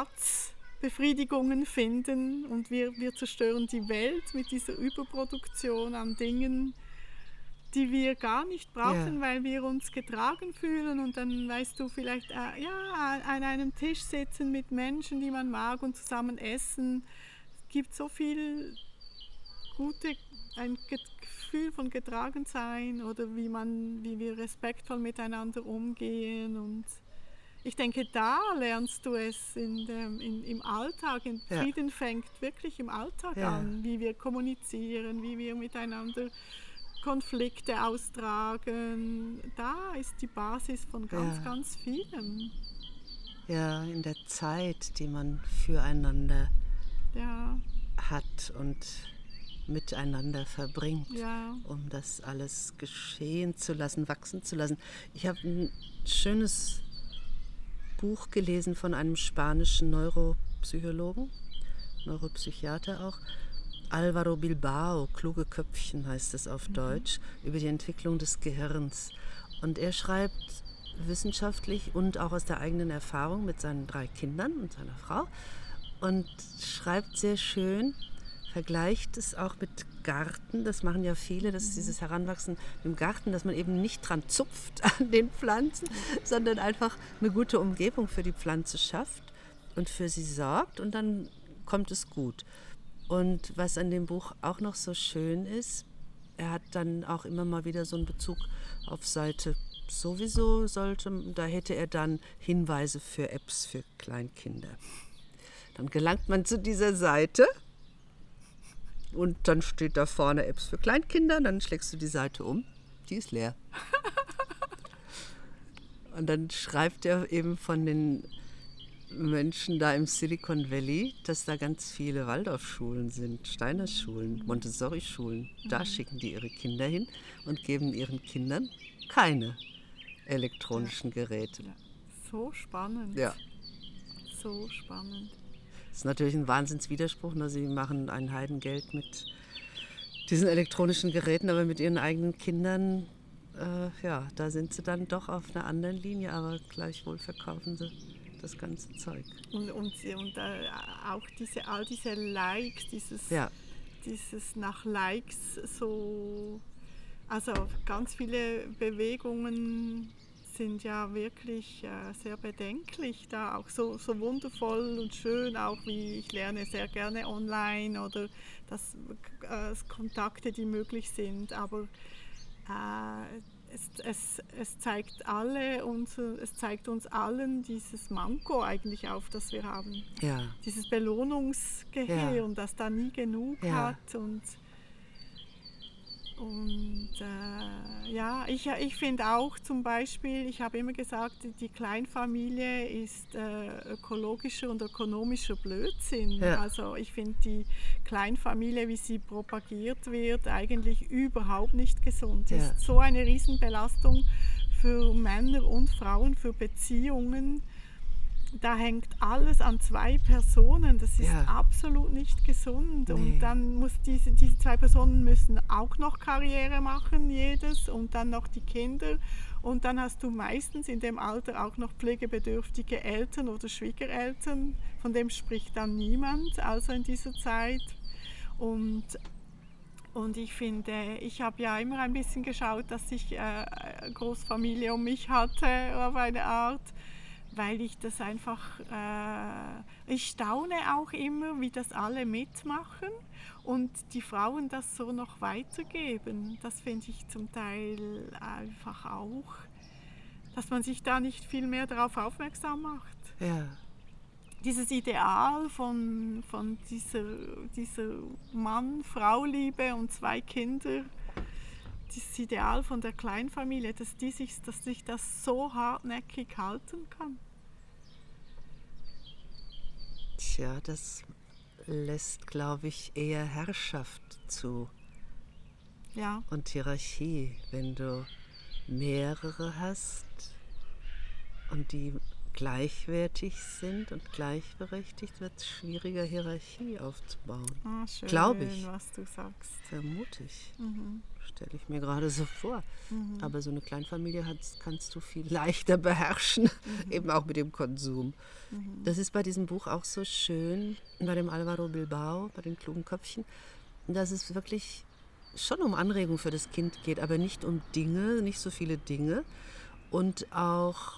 Ersatzbefriedigungen finden und wir, wir zerstören die Welt mit dieser Überproduktion an Dingen, die wir gar nicht brauchen, Ja. weil wir uns getragen fühlen und dann weißt du vielleicht äh, ja, an einem Tisch sitzen mit Menschen, die man mag und zusammen essen. Es gibt so viel gute, ein Gefühl von Getragensein oder wie man, wie wir respektvoll miteinander umgehen und ich denke, da lernst du es in dem, in, im Alltag. In Ja. Frieden fängt wirklich im Alltag Ja. an, wie wir kommunizieren, wie wir miteinander Konflikte austragen. Da ist die Basis von ganz, Ja. ganz vielem. Ja, in der Zeit, die man füreinander Ja, hat und miteinander verbringt, ja. um das alles geschehen zu lassen, wachsen zu lassen. Ich habe ein schönes Buch gelesen von einem spanischen Neuropsychologen, Neuropsychiater auch, Álvaro Bilbao, Kluge Köpfchen heißt es auf Deutsch, über die Entwicklung des Gehirns. Und er schreibt wissenschaftlich und auch aus der eigenen Erfahrung mit seinen drei Kindern und seiner Frau und schreibt sehr schön, vergleicht es auch mit Garten, das machen ja viele, das ist dieses Heranwachsen im Garten, dass man eben nicht dran zupft an den Pflanzen, sondern einfach eine gute Umgebung für die Pflanze schafft und für sie sorgt und dann kommt es gut. Und was an dem Buch auch noch so schön ist, er hat dann auch immer mal wieder so einen Bezug auf Seite sowieso sollte, da hätte er dann Hinweise für Apps für Kleinkinder. Dann gelangt man zu dieser Seite und dann steht da vorne Apps für Kleinkinder, dann schlägst du die Seite um, die ist leer. Und dann schreibt er eben von den Menschen da im Silicon Valley, dass da ganz viele Waldorfschulen sind, Steinerschulen, Montessori-Schulen. Da schicken die ihre Kinder hin und geben ihren Kindern keine elektronischen Geräte. Ja. So spannend. Ja. So spannend. Das ist natürlich ein Wahnsinnswiderspruch, ne? Sie machen ein Heidengeld mit diesen elektronischen Geräten, aber mit ihren eigenen Kindern, äh, ja, da sind sie dann doch auf einer anderen Linie, aber gleichwohl verkaufen sie das ganze Zeug. Und, und, und äh, auch diese, all diese Likes, dieses, Ja. dieses nach Likes so, also ganz viele Bewegungen sind ja wirklich äh, sehr bedenklich, da auch so, so wundervoll und schön, auch wie ich lerne sehr gerne online oder dass äh, Kontakte, die möglich sind, aber äh, es, es, es zeigt alle unser, es zeigt uns allen dieses Manko eigentlich auf, das wir haben. Ja. Dieses Belohnungsgehirn, Ja. das da nie genug Ja. hat und Und äh, ja, ich, ich finde auch zum Beispiel, ich habe immer gesagt, die Kleinfamilie ist äh, ökologischer und ökonomischer Blödsinn. Ja. Also ich finde die Kleinfamilie, wie sie propagiert wird, eigentlich überhaupt nicht gesund. Ja. Ist so eine Riesenbelastung für Männer und Frauen, für Beziehungen. Da hängt alles an zwei Personen, das ist Ja. absolut nicht gesund. Nee. Und dann muss diese, diese zwei Personen müssen auch noch Karriere machen, jedes, und dann noch die Kinder. Und dann hast du meistens in dem Alter auch noch pflegebedürftige Eltern oder Schwiegereltern, von dem spricht dann niemand, also in dieser Zeit. Und Und ich finde, ich habe ja immer ein bisschen geschaut, dass ich äh, eine Großfamilie um mich hatte, auf eine Art, weil ich das einfach, äh, ich staune auch immer, wie das alle mitmachen und die Frauen das so noch weitergeben. Das finde ich zum Teil einfach auch, dass man sich da nicht viel mehr darauf aufmerksam macht. Ja. dieses Ideal von, von dieser, dieser Mann-Frau-Liebe und zwei Kinder, dieses Ideal von der Kleinfamilie, dass, die sich, dass sich das so hartnäckig halten kann. Tja, das lässt, glaube ich, eher Herrschaft zu. Ja. Und Hierarchie, wenn du mehrere hast und die gleichwertig sind und gleichberechtigt, wird es schwieriger, Hierarchie aufzubauen. Ah, schön, glaube ich. was du sagst. Vermute ich. Mhm. Stelle ich mir gerade so vor. Mhm. Aber so eine Kleinfamilie hast, kannst du viel leichter beherrschen, mhm. eben auch mit dem Konsum. Mhm. Das ist bei diesem Buch auch so schön, bei dem Álvaro Bilbao, bei den klugen Köpfchen, dass es wirklich schon um Anregung für das Kind geht, aber nicht um Dinge, nicht so viele Dinge und auch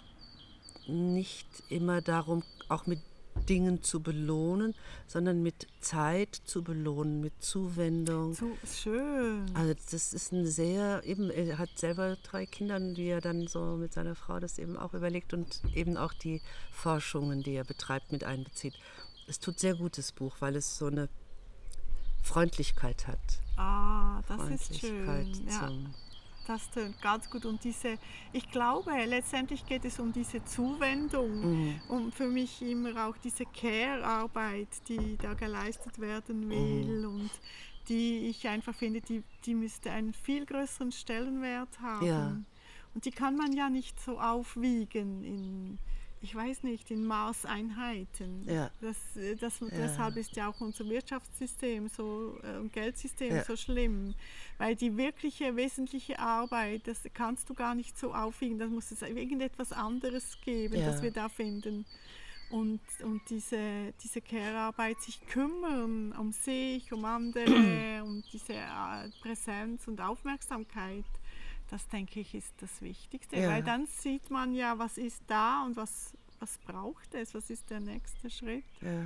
nicht immer darum, auch mit Dingen zu belohnen, sondern mit Zeit zu belohnen, mit Zuwendung. So schön. Also das ist ein sehr, eben, er hat selber drei Kinder, die er dann so mit seiner Frau das eben auch überlegt und eben auch die Forschungen, die er betreibt, mit einbezieht. Es tut sehr gut, das Buch, weil es so eine Freundlichkeit hat. Ah, das Freundlichkeit ist schön. Ja. Zum Das tönt ganz gut. Und diese, ich glaube, letztendlich geht es um diese Zuwendung, Mhm. um für mich immer auch diese Care-Arbeit, die da geleistet werden will Mhm. und die ich einfach finde, die, die müsste einen viel größeren Stellenwert haben. Ja. Und die kann man ja nicht so aufwiegen in, ich weiß nicht, in Maßeinheiten. Ja. Das, das, Ja. Deshalb ist ja auch unser Wirtschaftssystem so, äh, Geldsystem Ja. so schlimm. Weil die wirkliche, wesentliche Arbeit, das kannst du gar nicht so aufwiegen. Da muss es irgendetwas anderes geben, Ja. das wir da finden. Und, und diese, diese Care-Arbeit, sich kümmern um sich, um andere, um diese äh, Präsenz und Aufmerksamkeit, das denke ich ist das Wichtigste. Ja. Weil dann sieht man ja, was ist da und was, was braucht es, was ist der nächste Schritt. Ja.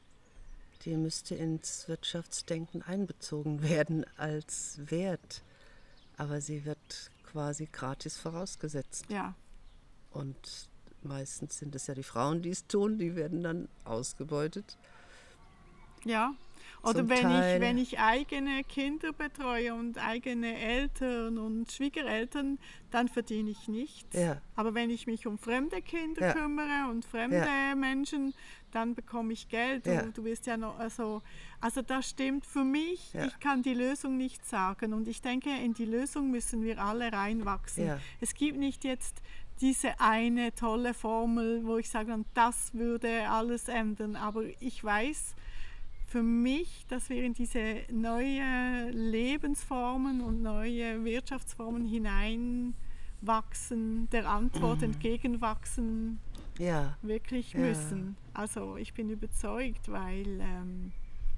Die müsste ins Wirtschaftsdenken einbezogen werden als Wert. Aber sie wird quasi gratis vorausgesetzt. Ja. Und meistens sind es ja die Frauen, die es tun, die werden dann ausgebeutet. Ja. Oder Zum wenn Teil. ich, wenn ich eigene Kinder betreue und eigene Eltern und Schwiegereltern, dann verdiene ich nichts. Ja. Aber wenn ich mich um fremde Kinder Ja. kümmere und fremde Ja. Menschen, dann bekomme ich Geld. Ja. Du, du wirst ja noch, also, also das stimmt für mich. Ja. Ich kann die Lösung nicht sagen. Und ich denke, in die Lösung müssen wir alle reinwachsen. Ja. Es gibt nicht jetzt diese eine tolle Formel, wo ich sage, das würde alles ändern. Aber ich weiß, für mich, dass wir in diese neue Lebensformen und neue Wirtschaftsformen hineinwachsen, der Antwort Mhm. entgegenwachsen, Ja. wirklich Ja. müssen. Also ich bin überzeugt, weil, ähm,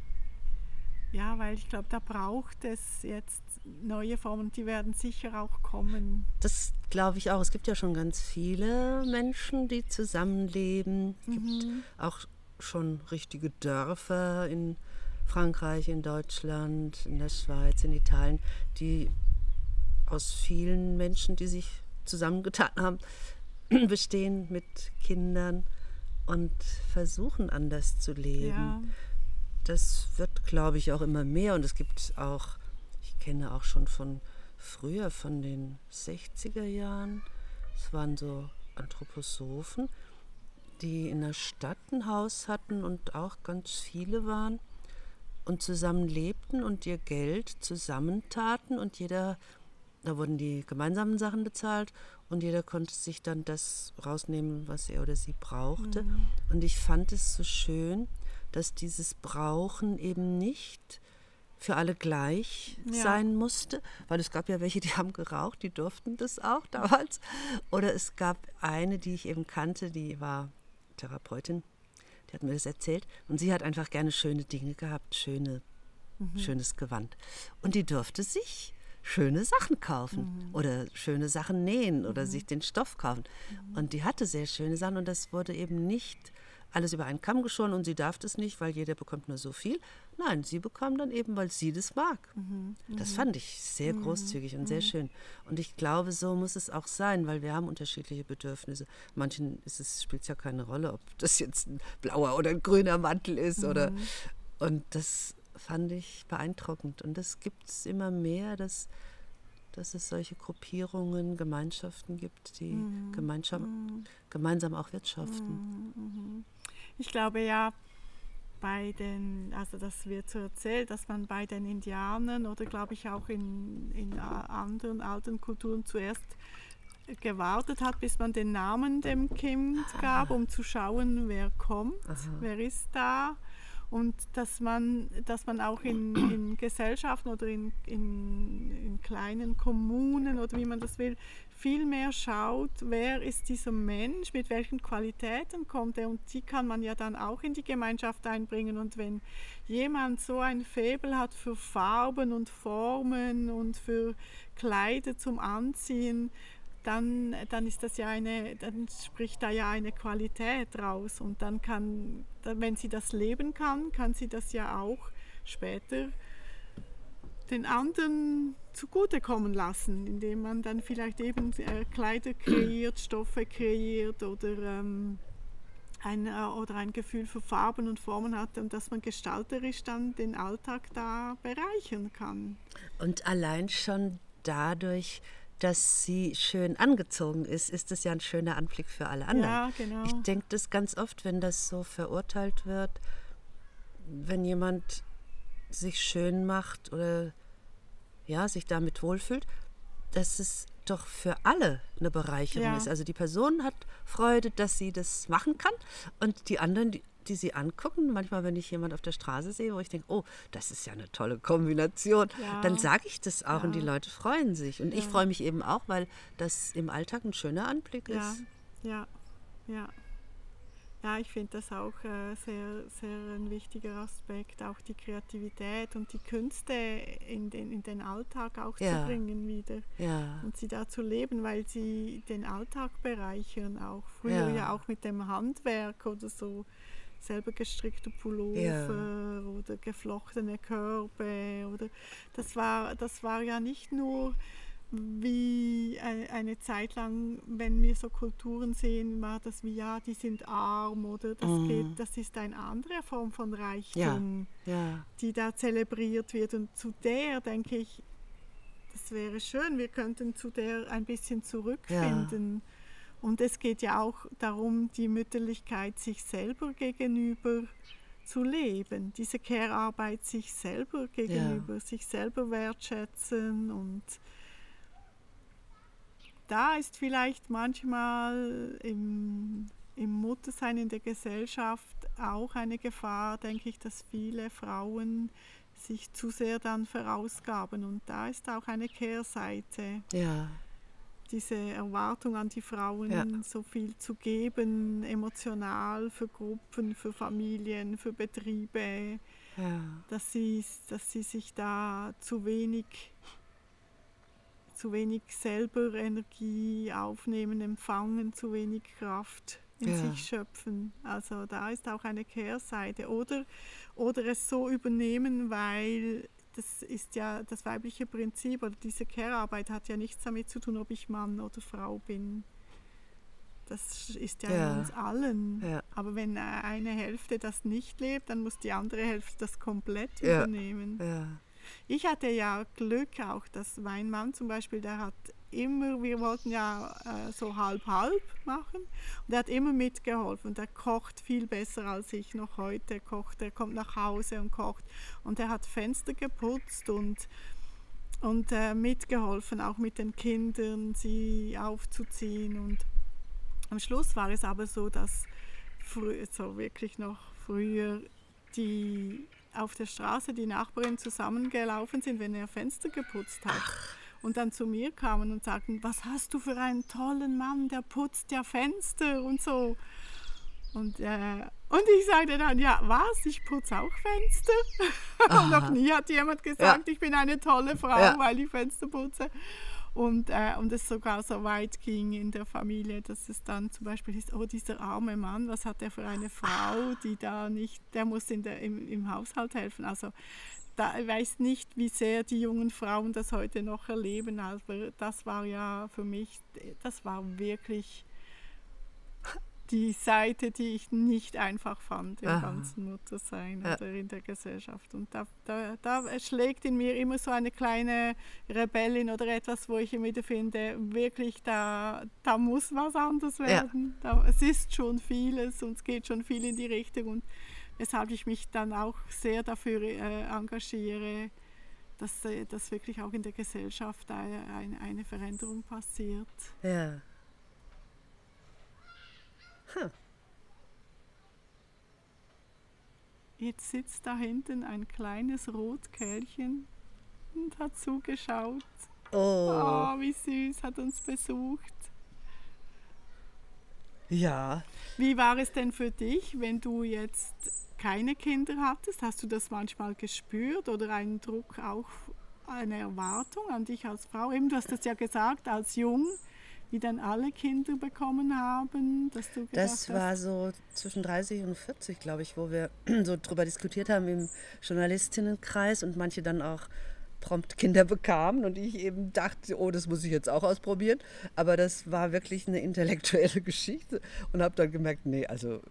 ja, weil ich glaube, da braucht es jetzt neue Formen, die werden sicher auch kommen. Das glaube ich auch. Es gibt ja schon ganz viele Menschen, die zusammenleben. Es gibt Mhm. auch schon richtige Dörfer in Frankreich, in Deutschland, in der Schweiz, in Italien, die aus vielen Menschen, die sich zusammengetan haben, bestehen mit Kindern und versuchen anders zu leben. Ja. Das wird, glaube ich, auch immer mehr. Und es gibt auch, ich kenne auch schon von früher, von den sechziger Jahren, es waren so Anthroposophen, die in der Stadt ein Haus hatten und auch ganz viele waren und zusammen lebten und ihr Geld zusammentaten und jeder, da wurden die gemeinsamen Sachen bezahlt und jeder konnte sich dann das rausnehmen, was er oder sie brauchte. Mhm. Und ich fand es so schön, dass dieses Brauchen eben nicht für alle gleich Ja. sein musste, weil es gab ja welche, die haben geraucht, die durften das auch damals. Oder es gab eine, die ich eben kannte, die war Therapeutin, die hat mir das erzählt und sie hat einfach gerne schöne Dinge gehabt, schöne, Mhm. schönes Gewand. Und die durfte sich schöne Sachen kaufen Mhm. oder schöne Sachen nähen oder Mhm. sich den Stoff kaufen. Und die hatte sehr schöne Sachen und das wurde eben nicht alles über einen Kamm geschoren und sie darf das nicht, weil jeder bekommt nur so viel. Nein, sie bekam dann eben, weil sie das mag. Mhm. Das fand ich sehr Mhm. großzügig und sehr schön. Und ich glaube, so muss es auch sein, weil wir haben unterschiedliche Bedürfnisse. Manchen ist es, spielt es ja keine Rolle, ob das jetzt ein blauer oder ein grüner Mantel ist. Mhm. Oder, und das fand ich beeindruckend. Und das gibt es immer mehr, dass, dass es solche Gruppierungen, Gemeinschaften gibt, die Mhm. gemeinsam, Mhm. gemeinsam auch wirtschaften. Mhm. Ich glaube ja, bei den, also das wird so erzählt, dass man bei den Indianern oder glaube ich auch in, in anderen alten Kulturen zuerst gewartet hat, bis man den Namen dem Kind gab, um zu schauen, wer kommt, Aha. wer ist da. Und dass man, dass man auch in, in Gesellschaften oder in, in, in kleinen Kommunen oder wie man das will, viel mehr schaut, wer ist dieser Mensch, mit welchen Qualitäten kommt er, und die kann man ja dann auch in die Gemeinschaft einbringen. Und wenn jemand so ein Faible hat für Farben und Formen und für Kleider zum Anziehen, Dann, dann ist das ja eine, dann spricht da ja eine Qualität raus, und dann kann, wenn sie das leben kann, kann sie das ja auch später den anderen zugutekommen lassen, indem man dann vielleicht eben äh, Kleider kreiert, Stoffe kreiert oder ähm, ein, äh, oder ein Gefühl für Farben und Formen hat, und dass man gestalterisch dann den Alltag da bereichern kann. Und allein schon dadurch, dass sie schön angezogen ist, ist es ja ein schöner Anblick für alle anderen. Ja, genau. Ich denke das ganz oft, wenn das so verurteilt wird, wenn jemand sich schön macht oder ja, sich damit wohlfühlt, dass es doch für alle eine Bereicherung Ja. ist. Also die Person hat Freude, dass sie das machen kann, und die anderen, die, die sie angucken, manchmal, wenn ich jemand auf der Straße sehe, wo ich denke, oh, das ist ja eine tolle Kombination, Ja. dann sage ich das auch, Ja. und die Leute freuen sich. Und ich Ja. freue mich eben auch, weil das im Alltag ein schöner Anblick Ja, ist. ja, ja. Ja, ich finde das auch äh, sehr, sehr ein wichtiger Aspekt, auch die Kreativität und die Künste in den, in den Alltag auch Ja. zu bringen wieder Ja, und sie da zu leben, weil sie den Alltag bereichern auch. Früher Ja. ja auch mit dem Handwerk oder so, selber gestrickte Pullover Ja. oder geflochtene Körbe, oder das war, das war ja nicht nur wie eine, eine Zeit lang, wenn wir so Kulturen sehen, war das wie, ja, die sind arm, oder das Mhm. geht, das ist eine andere Form von Reichtum, ja, die da zelebriert wird, und zu der denke ich, das wäre schön, wir könnten zu der ein bisschen zurückfinden. Und es geht ja auch darum, die Mütterlichkeit sich selber gegenüber zu leben, diese Care-Arbeit sich selber gegenüber, sich selber wertschätzen. Und da ist vielleicht manchmal im, im Muttersein in der Gesellschaft auch eine Gefahr, denke ich, dass viele Frauen sich zu sehr dann verausgaben. Und da ist auch eine Kehrseite, ja, diese Erwartung an die Frauen, Ja. so viel zu geben, emotional, für Gruppen, für Familien, für Betriebe, ja, dass sie, dass sie sich da zu wenig, zu wenig selber Energie aufnehmen, empfangen, zu wenig Kraft in Ja. sich schöpfen. Also da ist auch eine Kehrseite. Oder, oder es so übernehmen, weil das ist ja das weibliche Prinzip, oder diese Care-Arbeit hat ja nichts damit zu tun, ob ich Mann oder Frau bin. Das ist ja, Ja. in uns allen. Ja. Aber wenn eine Hälfte das nicht lebt, dann muss die andere Hälfte das komplett Ja. übernehmen. ja, Ich hatte ja Glück auch, dass mein Mann zum Beispiel, der hat immer, wir wollten ja äh, so halb-halb machen, und er hat immer mitgeholfen, und er kocht viel besser als ich noch heute kocht. Er kommt nach Hause und kocht, und er hat Fenster geputzt und, und äh, mitgeholfen, auch mit den Kindern, sie aufzuziehen. Und am Schluss war es aber so, dass frü- so wirklich noch früher die auf der Straße die Nachbarin zusammengelaufen sind, wenn er Fenster geputzt hat. Und dann zu mir kamen und sagten, was hast du für einen tollen Mann, der putzt ja Fenster und so. Und, äh, und ich sagte dann, ja, was, ich putze auch Fenster? Und noch nie hat jemand gesagt, ich bin eine tolle Frau, Ja. weil ich Fenster putze. Und, äh, und es sogar so weit ging in der Familie, dass es dann zum Beispiel ist, oh, dieser arme Mann, was hat der für eine Frau, die da nicht, der muss in der, im, im Haushalt helfen. Also da, ich weiß nicht, wie sehr die jungen Frauen das heute noch erleben, aber das war ja für mich, das war wirklich die Seite, die ich nicht einfach fand im Aha. ganzen Muttersein ja. oder in der Gesellschaft. Und da, da, da schlägt in mir immer so eine kleine Rebellin oder etwas, wo ich immer wieder finde, wirklich, da, da muss was anders werden. Ja. Da, es ist schon vieles und es geht schon viel in die Richtung. Und weshalb ich mich dann auch sehr dafür äh, engagiere, dass, äh, dass wirklich auch in der Gesellschaft eine, eine Veränderung passiert. Ja. Huh. Jetzt sitzt da hinten ein kleines Rotkehlchen und hat zugeschaut. Oh. Oh, wie süß, hat uns besucht. Ja. Wie war es denn für dich, wenn du jetzt keine Kinder hattest? Hast du das manchmal gespürt oder einen Druck, auch eine Erwartung an dich als Frau? Eben, du hast das ja gesagt, als Jung, wie dann alle Kinder bekommen haben, dass du gedacht Das war hast, so zwischen dreißig und vierzig, glaube ich, wo wir so drüber diskutiert haben im Journalistinnenkreis und manche dann auch prompt Kinder bekamen und ich eben dachte, oh, das muss ich jetzt auch ausprobieren. Aber das war wirklich eine intellektuelle Geschichte und habe dann gemerkt, nee, also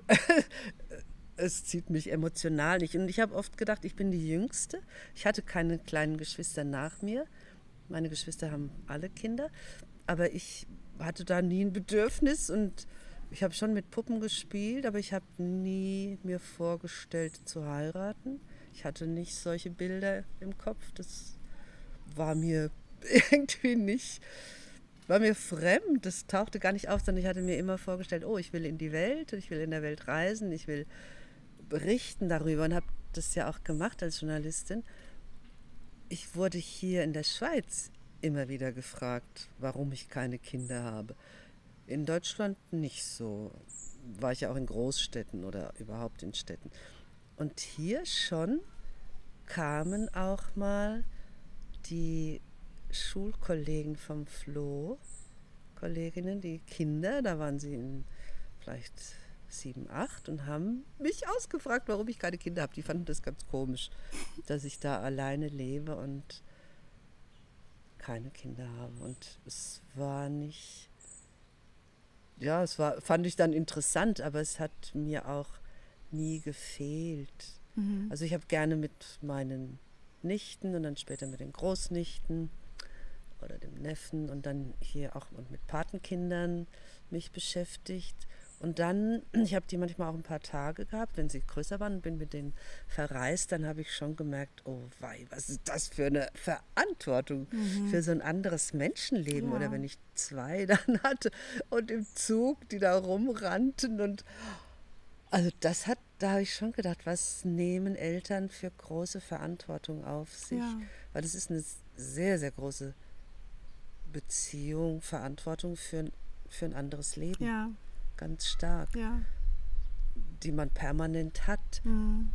es zieht mich emotional nicht. Und ich habe oft gedacht, ich bin die Jüngste. Ich hatte keine kleinen Geschwister nach mir. Meine Geschwister haben alle Kinder, aber ich hatte da nie ein Bedürfnis und ich habe schon mit Puppen gespielt, aber ich habe nie mir vorgestellt zu heiraten. Ich hatte nicht solche Bilder im Kopf. Das war mir irgendwie nicht, war mir fremd. Das tauchte gar nicht auf, sondern ich hatte mir immer vorgestellt, oh, ich will in die Welt, ich will in der Welt reisen, ich will berichten darüber und habe das ja auch gemacht als Journalistin. Ich wurde hier in der Schweiz immer wieder gefragt, warum ich keine Kinder habe. In Deutschland nicht so. War ich ja auch in Großstädten oder überhaupt in Städten. Und hier schon kamen auch mal die Schulkollegen vom Flo, Kolleginnen, die Kinder, da waren sie in vielleicht sieben, acht und haben mich ausgefragt, warum ich keine Kinder habe. Die fanden das ganz komisch, dass ich da alleine lebe und keine Kinder habe. Und es war nicht, ja, es war, fand ich dann interessant, aber es hat mir auch nie gefehlt. Mhm. Also ich habe gerne mit meinen Nichten und dann später mit den Großnichten oder dem Neffen und dann hier auch und mit Patenkindern mich beschäftigt. Und dann, ich habe die manchmal auch ein paar Tage gehabt, wenn sie größer waren und bin mit denen verreist, dann habe ich schon gemerkt, oh wei, was ist das für eine Verantwortung mhm. für so ein anderes Menschenleben. Ja. Oder wenn ich zwei dann hatte und im Zug, die da rumrannten und also das hat, da habe ich schon gedacht, was nehmen Eltern für große Verantwortung auf sich? Ja. Weil das ist eine sehr, sehr große Beziehung, Verantwortung für, für ein anderes Leben. Ja. Ganz stark, ja. die man permanent hat. Mhm.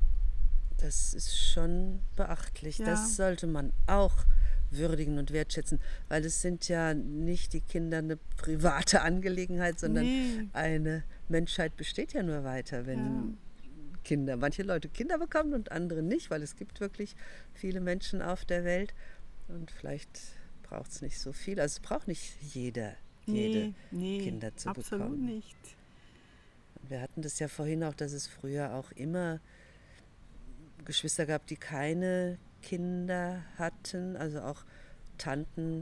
Das ist schon beachtlich. Ja. Das sollte man auch würdigen und wertschätzen, weil es sind ja nicht die Kinder eine private Angelegenheit, sondern nee. eine Menschheit besteht ja nur weiter, wenn ja. Kinder, manche Leute Kinder bekommen und andere nicht, weil es gibt wirklich viele Menschen auf der Welt und vielleicht braucht es nicht so viel. Also es braucht nicht jeder jede nee, nee, Kinder zu absolut bekommen. Absolut nicht. Wir hatten das ja vorhin auch, dass es früher auch immer Geschwister gab, die keine Kinder hatten, also auch Tanten,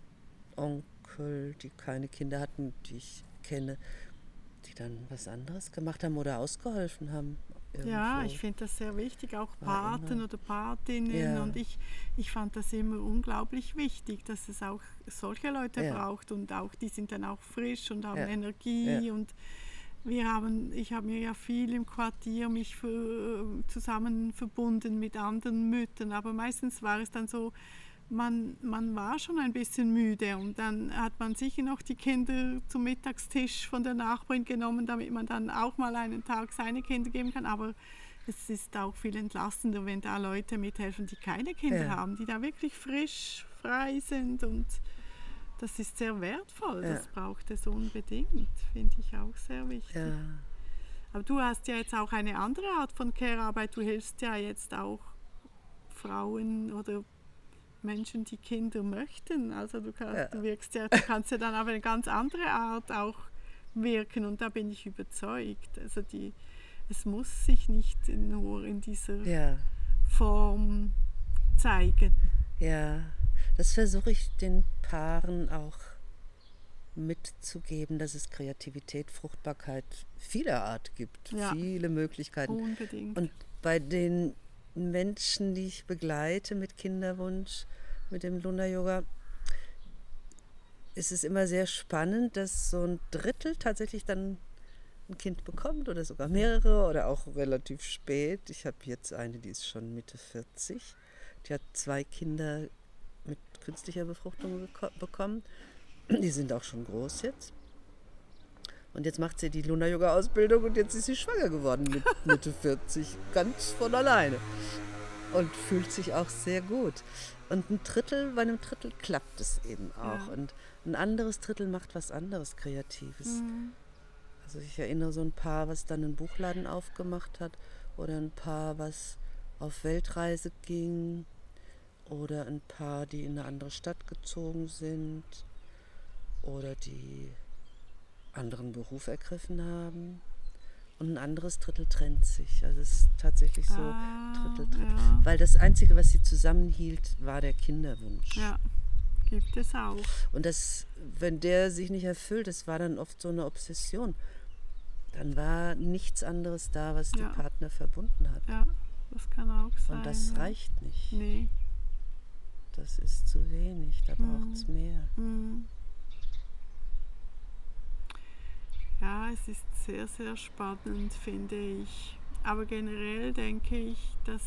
Onkel, die keine Kinder hatten, die ich kenne, die dann was anderes gemacht haben oder ausgeholfen haben. Irgendwo. Ja, ich finde das sehr wichtig, auch War Paten immer. oder Patinnen. Ja. Und ich, ich fand das immer unglaublich wichtig, dass es auch solche Leute ja. braucht und auch die sind dann auch frisch und haben ja. Energie. Ja. Und wir haben, ich habe mir ja viel im Quartier mich für, zusammen verbunden mit anderen Müttern, aber meistens war es dann so, Man, man war schon ein bisschen müde und dann hat man sicher noch die Kinder zum Mittagstisch von der Nachbarin genommen, damit man dann auch mal einen Tag seine Kinder geben kann. Aber es ist auch viel entlastender, wenn da Leute mithelfen, die keine Kinder ja. haben, die da wirklich frisch, frei sind und das ist sehr wertvoll, Ja. das braucht es unbedingt, finde ich auch sehr wichtig. Ja. Aber du hast ja jetzt auch eine andere Art von Care-Arbeit, du hilfst ja jetzt auch Frauen oder Menschen, die Kinder möchten. Also du, kannst, Ja. du wirkst ja, du kannst ja dann auf eine ganz andere Art auch wirken und da bin ich überzeugt. Also die, es muss sich nicht nur in dieser Ja. Form zeigen. Ja, das versuche ich den Paaren auch mitzugeben, dass es Kreativität, Fruchtbarkeit vieler Art gibt, Ja. viele Möglichkeiten. Unbedingt. Und bei den Menschen, die ich begleite mit Kinderwunsch, mit dem Luna-Yoga, ist es immer sehr spannend, dass so ein Drittel tatsächlich dann ein Kind bekommt oder sogar mehrere oder auch relativ spät. Ich habe jetzt eine, die ist schon Mitte vierzig. Die hat zwei Kinder mit künstlicher Befruchtung beko- bekommen. Die sind auch schon groß jetzt. Und jetzt macht sie die Luna-Yoga-Ausbildung und jetzt ist sie schwanger geworden mit Mitte vierzig, ganz von alleine. Und fühlt sich auch sehr gut. Und ein Drittel, bei einem Drittel klappt es eben auch. Ja. Und ein anderes Drittel macht was anderes Kreatives. Mhm. Also ich erinnere so ein Paar, was dann einen Buchladen aufgemacht hat oder ein Paar, was auf Weltreise ging oder ein Paar, die in eine andere Stadt gezogen sind oder die anderen Beruf ergriffen haben. Und ein anderes Drittel trennt sich. Also es ist tatsächlich so Ah, Drittel, Drittel. ja. Weil das Einzige, was sie zusammenhielt, war der Kinderwunsch. Ja, gibt es auch. Und das, wenn der sich nicht erfüllt, das war dann oft so eine Obsession. Dann war nichts anderes da, was die Ja. Partner verbunden hat. Ja, das kann auch sein. Und das ja. reicht nicht. Nee. Das ist zu wenig, da Mhm. braucht es mehr. Mhm. Ja, es ist sehr, sehr spannend, finde ich. Aber generell denke ich, dass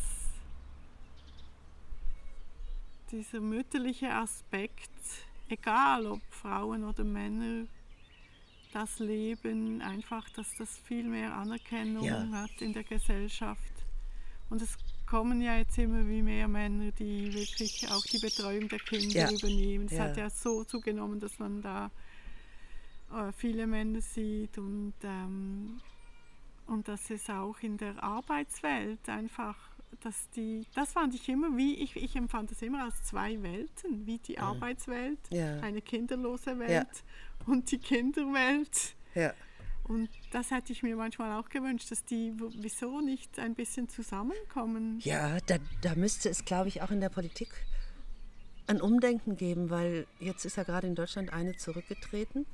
dieser mütterliche Aspekt, egal ob Frauen oder Männer das leben, einfach, dass das viel mehr Anerkennung Ja. hat in der Gesellschaft. Und es kommen ja jetzt immer wie mehr Männer, die wirklich auch die Betreuung der Kinder Ja. übernehmen. Es Ja. hat ja so zugenommen, dass man da äh, viele Männer sieht und, ähm, und dass es auch in der Arbeitswelt einfach, dass die, das fand ich immer wie, ich, ich empfand das immer als zwei Welten, wie die Arbeitswelt, Ja. eine kinderlose Welt Ja. und die Kinderwelt. Ja. Und das hätte ich mir manchmal auch gewünscht, dass die w- wieso nicht ein bisschen zusammenkommen. Ja, da, da müsste es, glaube ich, auch in der Politik ein Umdenken geben, weil jetzt ist ja gerade in Deutschland eine zurückgetreten,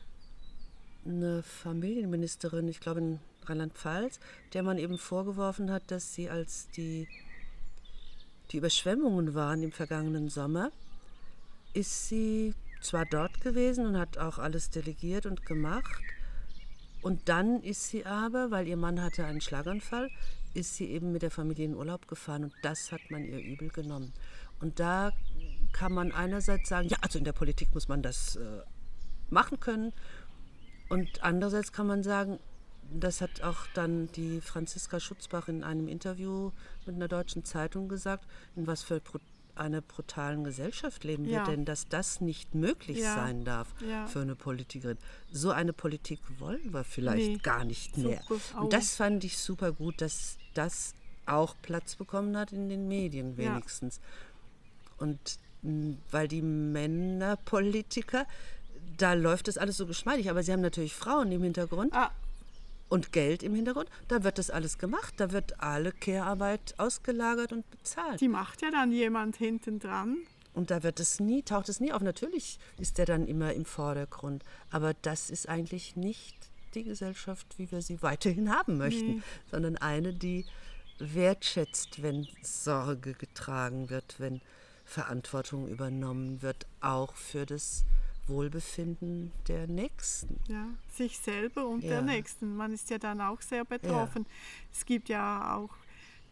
eine Familienministerin, ich glaube in Rheinland-Pfalz, der man eben vorgeworfen hat, dass sie, als die, die Überschwemmungen waren im vergangenen Sommer, ist sie zwar dort gewesen und hat auch alles delegiert und gemacht. Und dann ist sie aber, weil ihr Mann hatte einen Schlaganfall, ist sie eben mit der Familie in Urlaub gefahren und das hat man ihr übel genommen. Und da kann man einerseits sagen, ja, also in der Politik muss man das äh, machen können. Und andererseits kann man sagen, das hat auch dann die Franziska Schutzbach in einem Interview mit einer deutschen Zeitung gesagt, in was für pro- einer brutalen Gesellschaft leben Ja. wir denn, dass das nicht möglich Ja. sein darf Ja. für eine Politikerin. So eine Politik wollen wir vielleicht Nee. gar nicht mehr. Super. Und das fand ich super gut, dass das auch Platz bekommen hat in den Medien Ja. wenigstens. Und mh, weil die Männerpolitiker, da läuft das alles so geschmeidig, aber sie haben natürlich Frauen im Hintergrund Ah, und Geld im Hintergrund, da wird das alles gemacht, da wird alle Care-Arbeit ausgelagert und bezahlt. die macht ja dann jemand hinten dran. Und da wird es nie, taucht es nie auf. Natürlich ist der dann immer im Vordergrund, aber das ist eigentlich nicht die Gesellschaft, wie wir sie weiterhin haben möchten, Nee. sondern eine, die wertschätzt, wenn Sorge getragen wird, wenn Verantwortung übernommen wird, auch für das Wohlbefinden der Nächsten. Ja, sich selber und Ja. der Nächsten. Man ist ja dann auch sehr betroffen. Es gibt ja auch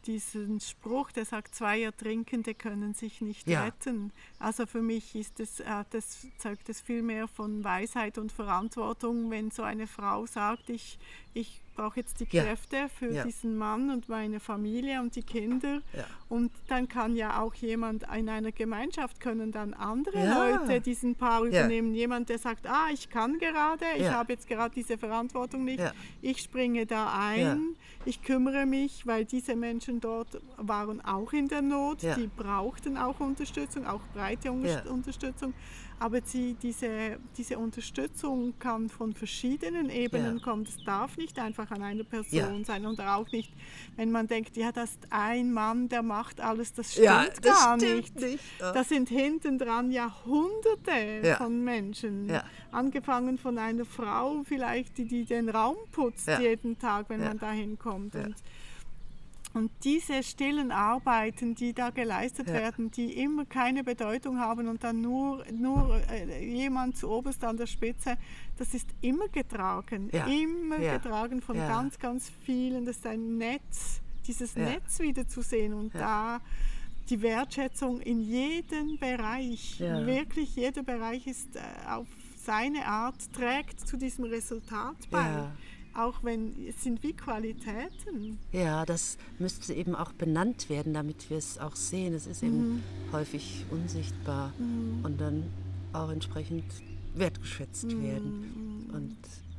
diesen Spruch, der sagt, zwei Ertrinkende können sich nicht Ja. retten. Also für mich ist es, äh, das zeugt es viel mehr von Weisheit und Verantwortung, wenn so eine Frau sagt, ich, ich brauche jetzt die Ja. Kräfte für Ja. diesen Mann und meine Familie und die Kinder. Ja. Und dann kann ja auch jemand in einer Gemeinschaft, können dann andere Ja. Leute diesen Paar Ja. übernehmen. Jemand, der sagt, ah, ich kann gerade, ich Ja. habe jetzt gerade diese Verantwortung nicht, Ja. ich springe da ein, Ja. ich kümmere mich, weil diese Menschen dort waren auch in der Not, Ja. die brauchten auch Unterstützung, auch breite Unge- Ja. Unterstützung. Aber sie, diese, diese Unterstützung kann von verschiedenen Ebenen Ja. kommen. Es darf nicht einfach an einer Person Ja. sein und auch nicht, wenn man denkt, ja, das ist ein Mann, der macht alles, das stimmt Ja, das gar stimmt nicht. nicht. Ja. Da sind hinten dran Jahrhunderte Ja. von Menschen. Ja. Angefangen von einer Frau vielleicht, die, die den Raum putzt Ja. jeden Tag, wenn Ja. man da hinkommt. Ja. Und, und diese stillen Arbeiten, die da geleistet Ja. werden, die immer keine Bedeutung haben und dann nur, nur äh, jemand zu oberst an der Spitze, das ist immer getragen. Ja. Immer Ja. getragen von Ja. ganz, ganz vielen. Das ist ein Netz, dieses Ja. Netz wieder zu sehen und Ja. da die Wertschätzung in jedem Bereich, Ja. wirklich jeder Bereich ist äh, auf seine Art, trägt zu diesem Resultat bei. Ja. Auch wenn es sind wie Qualitäten. Ja, das müsste eben auch benannt werden, damit wir es auch sehen. Es ist eben häufig unsichtbar und dann auch entsprechend wertgeschätzt werden und,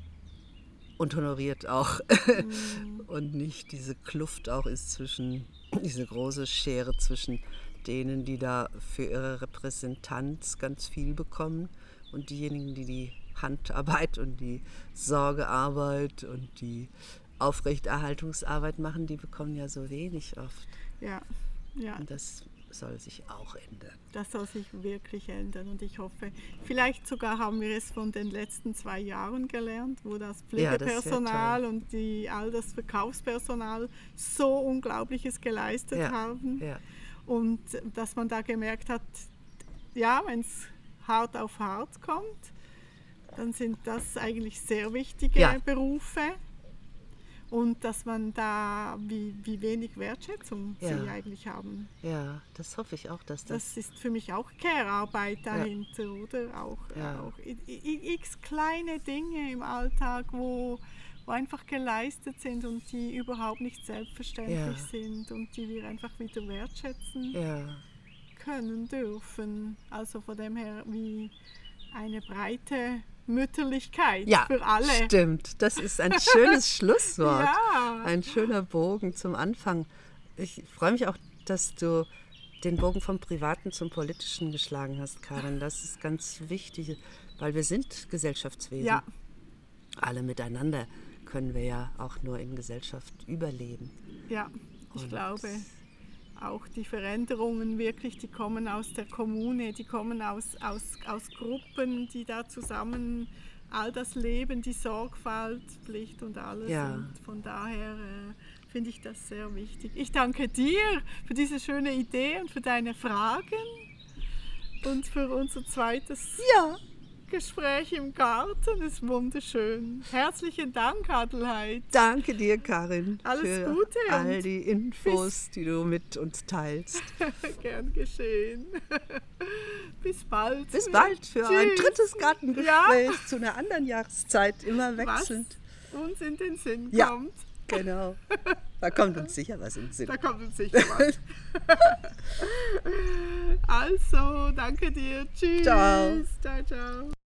und honoriert auch. Und nicht diese Kluft auch ist zwischen, diese große Schere zwischen denen, die da für ihre Repräsentanz ganz viel bekommen und diejenigen, die die Handarbeit und die Sorgearbeit und die Aufrechterhaltungsarbeit machen, die bekommen ja so wenig oft. Ja, ja. Und das soll sich auch ändern. Das soll sich wirklich ändern und ich hoffe, vielleicht sogar haben wir es von den letzten zwei Jahren gelernt, wo das Ja, das wär Pflegepersonal toll. und die, all das Verkaufspersonal so Unglaubliches geleistet Ja, haben ja. und dass man da gemerkt hat, ja, wenn es hart auf hart kommt, dann sind das eigentlich sehr wichtige Ja. Berufe. Und dass man da, wie, wie wenig Wertschätzung Ja. sie eigentlich haben. Ja, das hoffe ich auch, dass das... Das ist für mich auch Care-Arbeit dahinter, oder? Auch, Ja. auch i- i- x kleine Dinge im Alltag, wo, wo einfach geleistet sind und die überhaupt nicht selbstverständlich Ja. sind und die wir einfach wieder wertschätzen Ja, können dürfen. Also von dem her wie eine breite Mütterlichkeit ja, für alle. stimmt. Das ist ein schönes Schlusswort. Ja. Ein schöner Bogen zum Anfang. Ich freue mich auch, dass du den Bogen vom Privaten zum Politischen geschlagen hast, Karin. Das ist ganz wichtig, weil wir sind Gesellschaftswesen. Ja. Alle miteinander können wir ja auch nur in Gesellschaft überleben. Ja, ich Und- glaube, auch die Veränderungen wirklich, die kommen aus der Kommune, die kommen aus, aus, aus Gruppen, die da zusammen all das Leben, die Sorgfalt, Pflicht und alles. Ja. Und von daher äh, finde ich das sehr wichtig. Ich danke dir für diese schöne Idee und für deine Fragen und für unser zweites Ja. Gespräch im Garten. Das ist wunderschön. Herzlichen Dank, Adelheid. Danke dir, Karin, Alles für Gute all und die Infos, die du mit uns teilst. Gern geschehen. Bis bald. Bis bald für ein Tschüss. drittes Gartengespräch zu einer anderen Jahreszeit, immer Was wechselnd. uns in den Sinn Ja. kommt. Genau. Da kommt uns sicher was in den Sinn. Da kommt uns sicher was. Also, danke dir. Tschüss. Ciao. Ciao, ciao.